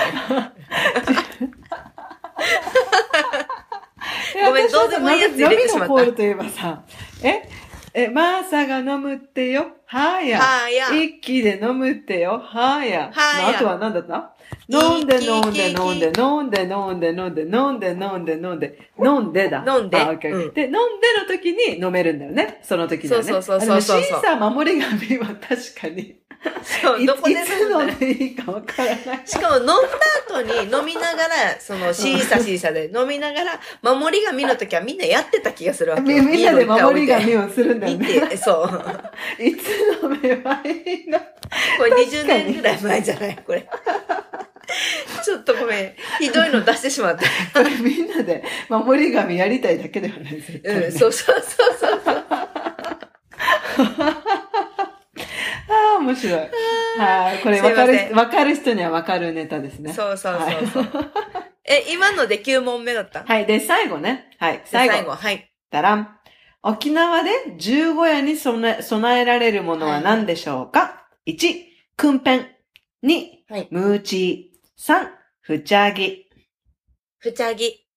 ごめん、どうでもいいやつ入れてしまった。 飲みのコールといえばさ、マーサが飲むってよ。はや。一気で飲むってよ。はや。あとは何だった？飲んでだ。飲んで。で、飲んでの時に飲めるんだよね。その時にはね。 そう。 シーサー守り神は確かに。 そう、どこで飲んでいいかわからない。 しかも飲んだ後に飲みながら、そのシーサで飲みながら、守り神の時はみんなやってた気がするわけ。 みんなで守り神をするんだよね。 見て、そう。 いつ飲めばいいの？ これ20年ぐらい前じゃないこれ。ちょっとごめん。ひどいの出してしまった。 これみんなで守り神やりたいだけではない絶対ね。 そう。 面白い。はい。これわかる人にはわかるネタですね。 そう。今ので9問目だった。 はい。で、最後ね。はい。最後。 はい。 だらん。沖縄で十五夜に備えられるものは何でしょうか？ 1、 くんぺん。2、 はい。 ムーチー。3、ふちゃぎ。 ふちゃぎ。 ピ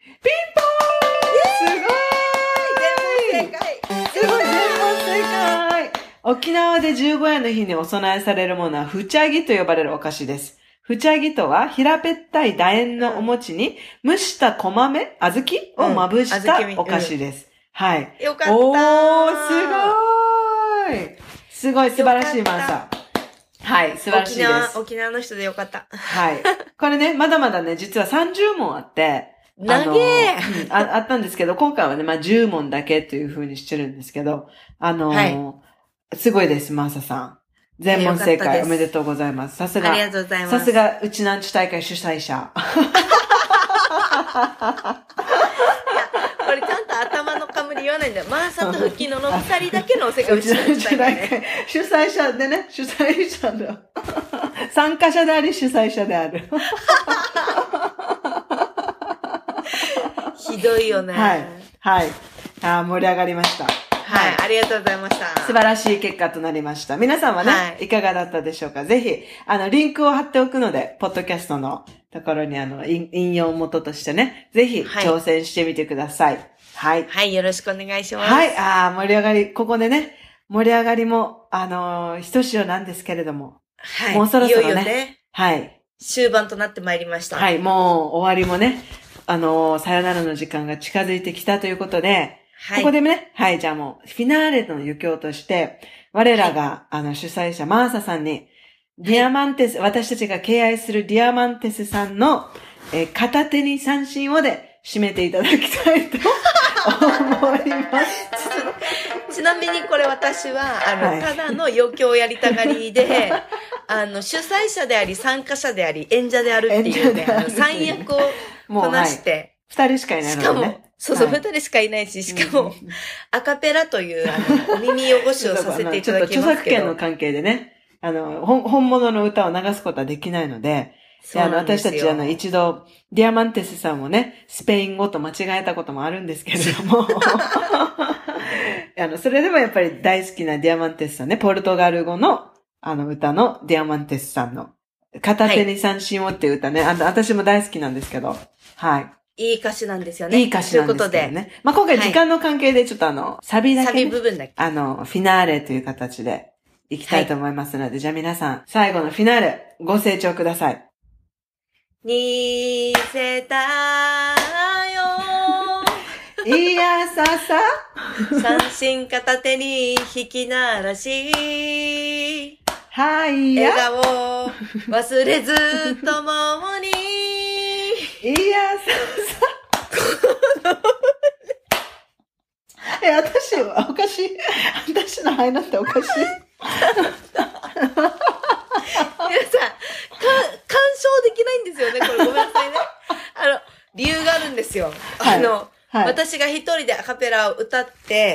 ンポーンすごい全問正解すごい全問正解沖縄で十五夜の日にお供えされるものは、ふちゃぎと呼ばれるお菓子です。ふちゃぎとは、平べったい楕円のお餅に、蒸した小豆、小豆をまぶしたお菓子です。はい。 よかった。 おー、すごい素晴らしいマンサー。はい、素晴らしいです。 沖縄の人でよかった。 はい。これね、まだまだね、実は30問あって、 長えあったんですけど、今回はね、10問だけという風にしてるんですけど、すごいです、マーサさん。全問正解おめでとうございます。さすが。 ありがとうございます。 さすが、うちなんち大会主催者。 これちゃんと頭の冠言わないんだよ。マーサとフキノの二人だけの世界うちなんち大会、ね。 主催者でね、主催者だ。参加者であり、主催者である。 ひどいよね。 はい。はい。盛り上がりました。 はい、ありがとうございました。 素晴らしい結果となりました。皆さんはね、いかがだったでしょうか。ぜひ、リンクを貼っておくので、ポッドキャストのところに引用元としてね、ぜひ挑戦してみてください。はい。 はい、よろしくお願いします。 はい、盛り上がり、ここでね、盛り上がりも、ひとしおなんですけれども。 はい。 もうそろそろね。 いよいよね。 はい。 終盤となってまいりました。 はい、もう終わりもね、さよならの時間が近づいてきたということで、はい、ここでね、はい、じゃあもう、フィナーレの余興として、我らが、主催者、マーサさんに、ディアマンテス、私たちが敬愛するディアマンテスさんの、片手に三振をで締めていただきたいと思います。 ちなみにこれ私は、はい、ただの余興やりたがりで、主催者であり、参加者であり、演者であるっていうね、三役をこなして、 二人しかいないのでね。 そう、二人しかいないし、しかも、アカペラという、お耳汚しをさせていただきますけど。 ちょっと著作権の関係でね、本物の歌を流すことはできないので、私たち一度、ディアマンテスさんをね、スペイン語と間違えたこともあるんですけれども、それでもやっぱり大好きなディアマンテスさんね、ポルトガル語の、歌のディアマンテスさんの、片手に三振をっていう歌ね、私も大好きなんですけど、はい。 いい歌詞なんですよね。 いい歌詞なんですけどね。今回時間の関係でちょっとサビだけ、ね、 サビ部分だけ。 フィナーレという形でいきたいと思いますので、じゃあ皆さん、最後のフィナーレ、ご清聴ください。 似せたよ。 いやささ。 三振片手に弾き鳴らし。 はい。笑顔忘れずともに。 いやささ。私はおかしい。私の肺なんておかしい。 皆さん、干渉できないんですよね。これごめんなさいね。理由があるんですよ。はい、私が一人でアカペラを歌って、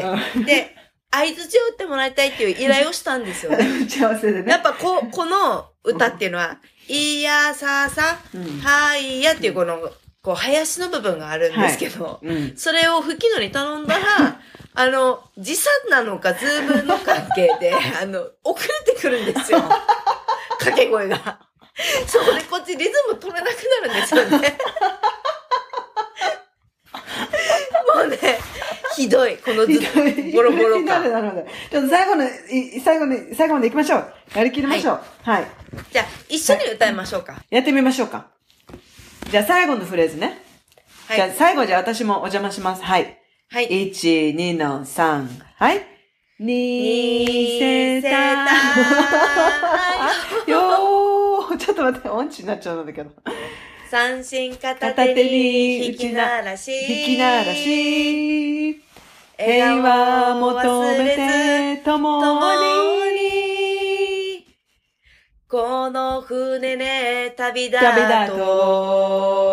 で、合図を打ってもらいたいっていう依頼をしたんですよね。 打ち合わせでね。 やっぱこの歌っていうのは、いやささ、はいやっていうこの、林の部分があるんですけど、それを吹きのに頼んだら、時差なのか、ズームの関係で、遅れてくるんですよ。掛け声が。そこでこっちリズム取れなくなるんですよね。もうね、ひどい、このボロボロ感。 なるほど。ちょっと最後まで行きましょう。やりきりましょう。はい。 じゃあ、一緒に歌いましょうか。 やってみましょうか。じゃあ最後のフレーズね。はい。じゃあ最後私もお邪魔します。はい。はい。1、2の3。はい。にせたよー。ちょっと待って、音痴になっちゃうんだけど。 三振片手に弾き鳴らし。 平和求めて共に。 この船で旅だと。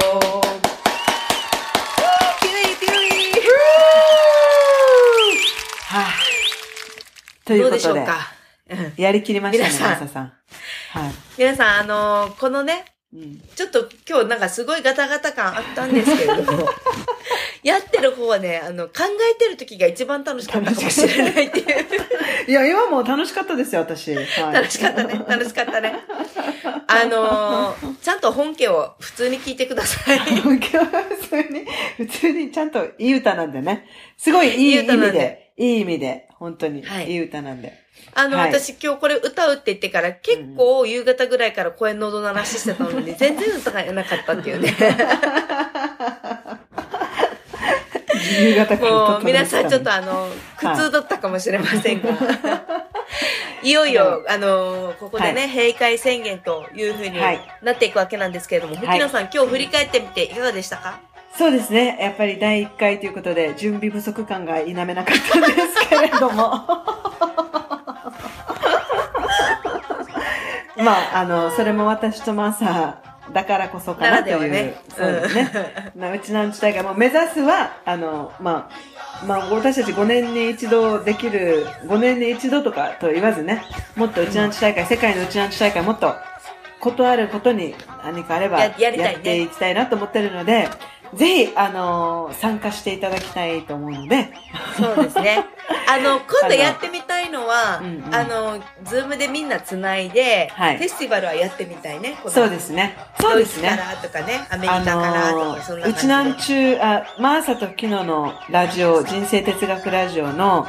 ということで。どうでしょうか。 やりきりましたね、マサさん。 はい。皆さん、このね、 ちょっと今日なんかすごいガタガタ感あったんですけれども、やってる方はね、考えてる時が一番楽しかったかもしれないっていう。 いや、今も楽しかったですよ、私。はい、 楽しかったね。楽しかったね。ちゃんと本家を普通に聞いてください。 本家は普通にちゃんといい歌なんでね。すごいいい意味で、本当に、いい歌なんで。 私今日これ歌うって言ってから結構夕方ぐらいから声喉鳴らししてたのに全然歌がなかったっていうね。 夕方からもう皆さんちょっと苦痛だったかもしれませんが。いよいよ、ここでね、閉会宣言という風になっていくわけなんですけれども、吹野さん今日振り返ってみていかがでしたか？ そうですね。やっぱり第1回ということで、準備不足感が否めなかったんですけれども。まあ、それも私とマーサーだからこそかなという。 ね、 そうですね。うちなんち大会も目指すは、まあ、私たち5年に一度できる、5年に一度とかと言わずね、もっとうちなんち大会、世界のうちなんち大会もっと、ことあることに何かあれば、やっていきたいなと思ってるので、ぜひ、参加していただきたいと思うので。 そうですね。今度やってみたいのは、ズームでみんなつないで、フェスティバルはやってみたいね。 そうですね。そうですね。 ドイツからとかね、アメリカからとか、そんな感じで。 うちなんちゅう、マーサとキノのラジオ、人生哲学ラジオの、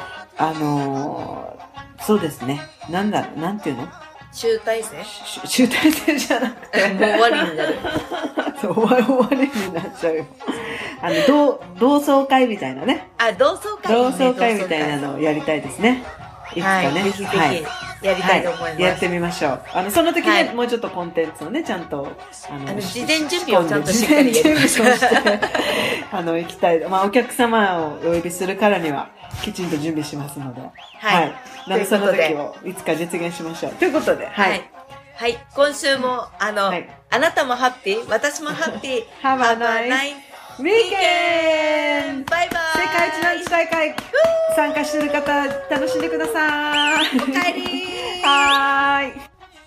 そうですね。なんていうの？ 集大成じゃなくて。 もう終わりになる。 そう、終わりになっちゃうよ。同窓会みたいなね。 同窓会みたいなのをやりたいですね。いつかね。 ぜひぜひ、やりたいと思います。 やってみましょう。その時にもうちょっとコンテンツをね、ちゃんと、 事前準備をちゃんとしっかりやりましょう。 行きたい。まあ、お客様をお呼びするからには、きちんと準備しますので。はい。なので、その時をいつか実現しましょう。ということで、はい。 はい。今週も、あなたもハッピー、私もハッピー。 Have a nice weekend! バイバイ！ 世界一なんち大会参加してる方、楽しんでください。 おかえりー。 はーい。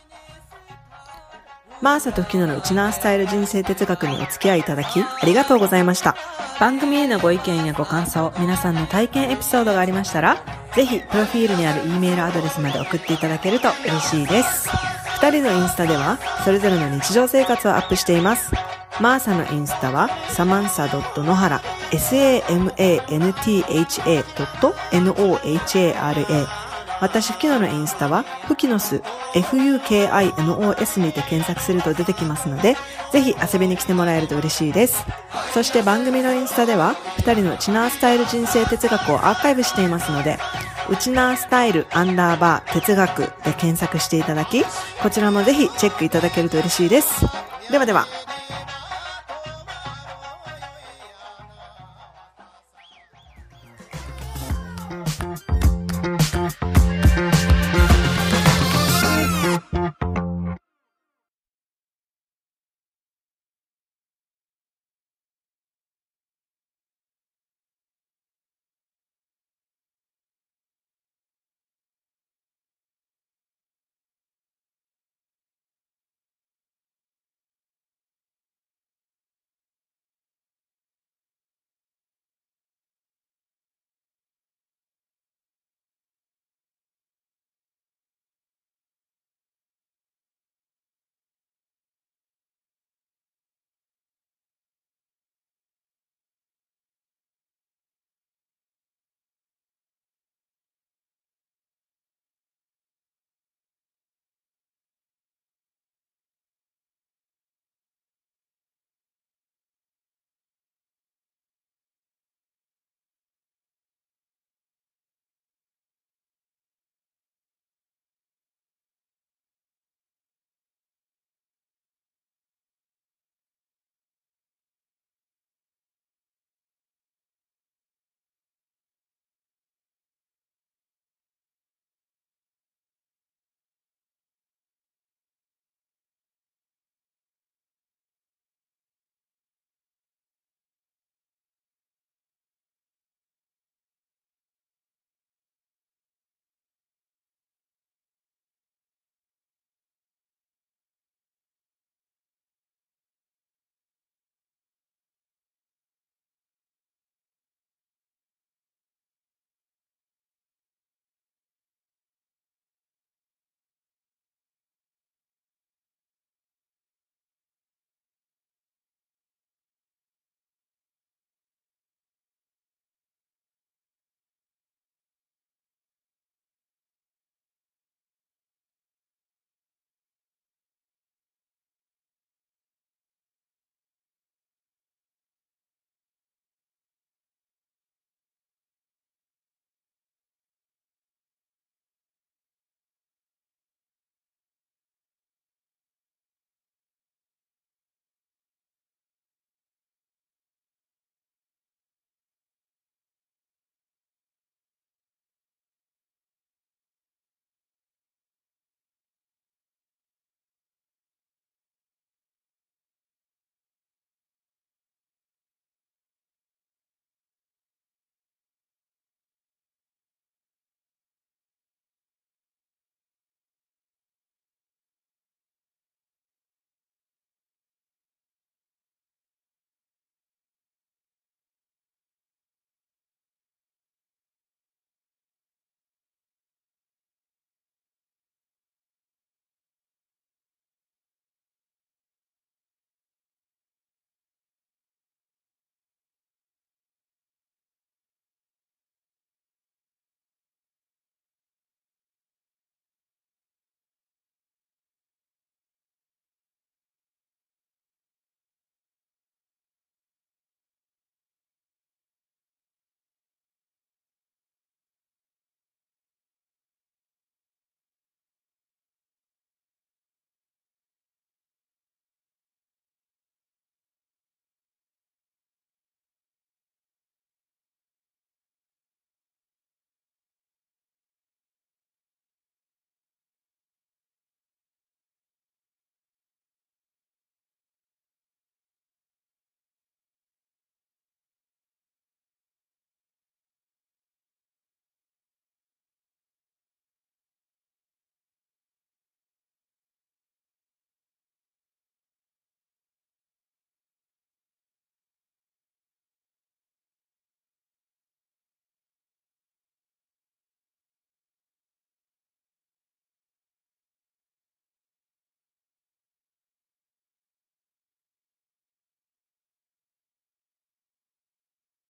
マーサとフキノのウチナースタイル人生哲学にお付き合いいただき、ありがとうございました。番組へのご意見やご感想、皆さんの体験エピソードがありましたら、ぜひ、プロフィールにある E メールアドレスまで送っていただけると嬉しいです。2人のインスタでは、それぞれの日常生活をアップしています。マーサのインスタは、samantha.nohara、samantha.nohara。私、フキノのインスタは、フキノス、FUKINOS にて検索すると出てきますので、ぜひ遊びに来てもらえると嬉しいです。そして番組のインスタでは、2人のウチナースタイル人生哲学をアーカイブしていますので、ウチナースタイル_哲学で検索していただき、こちらもぜひチェックいただけると嬉しいです。ではでは。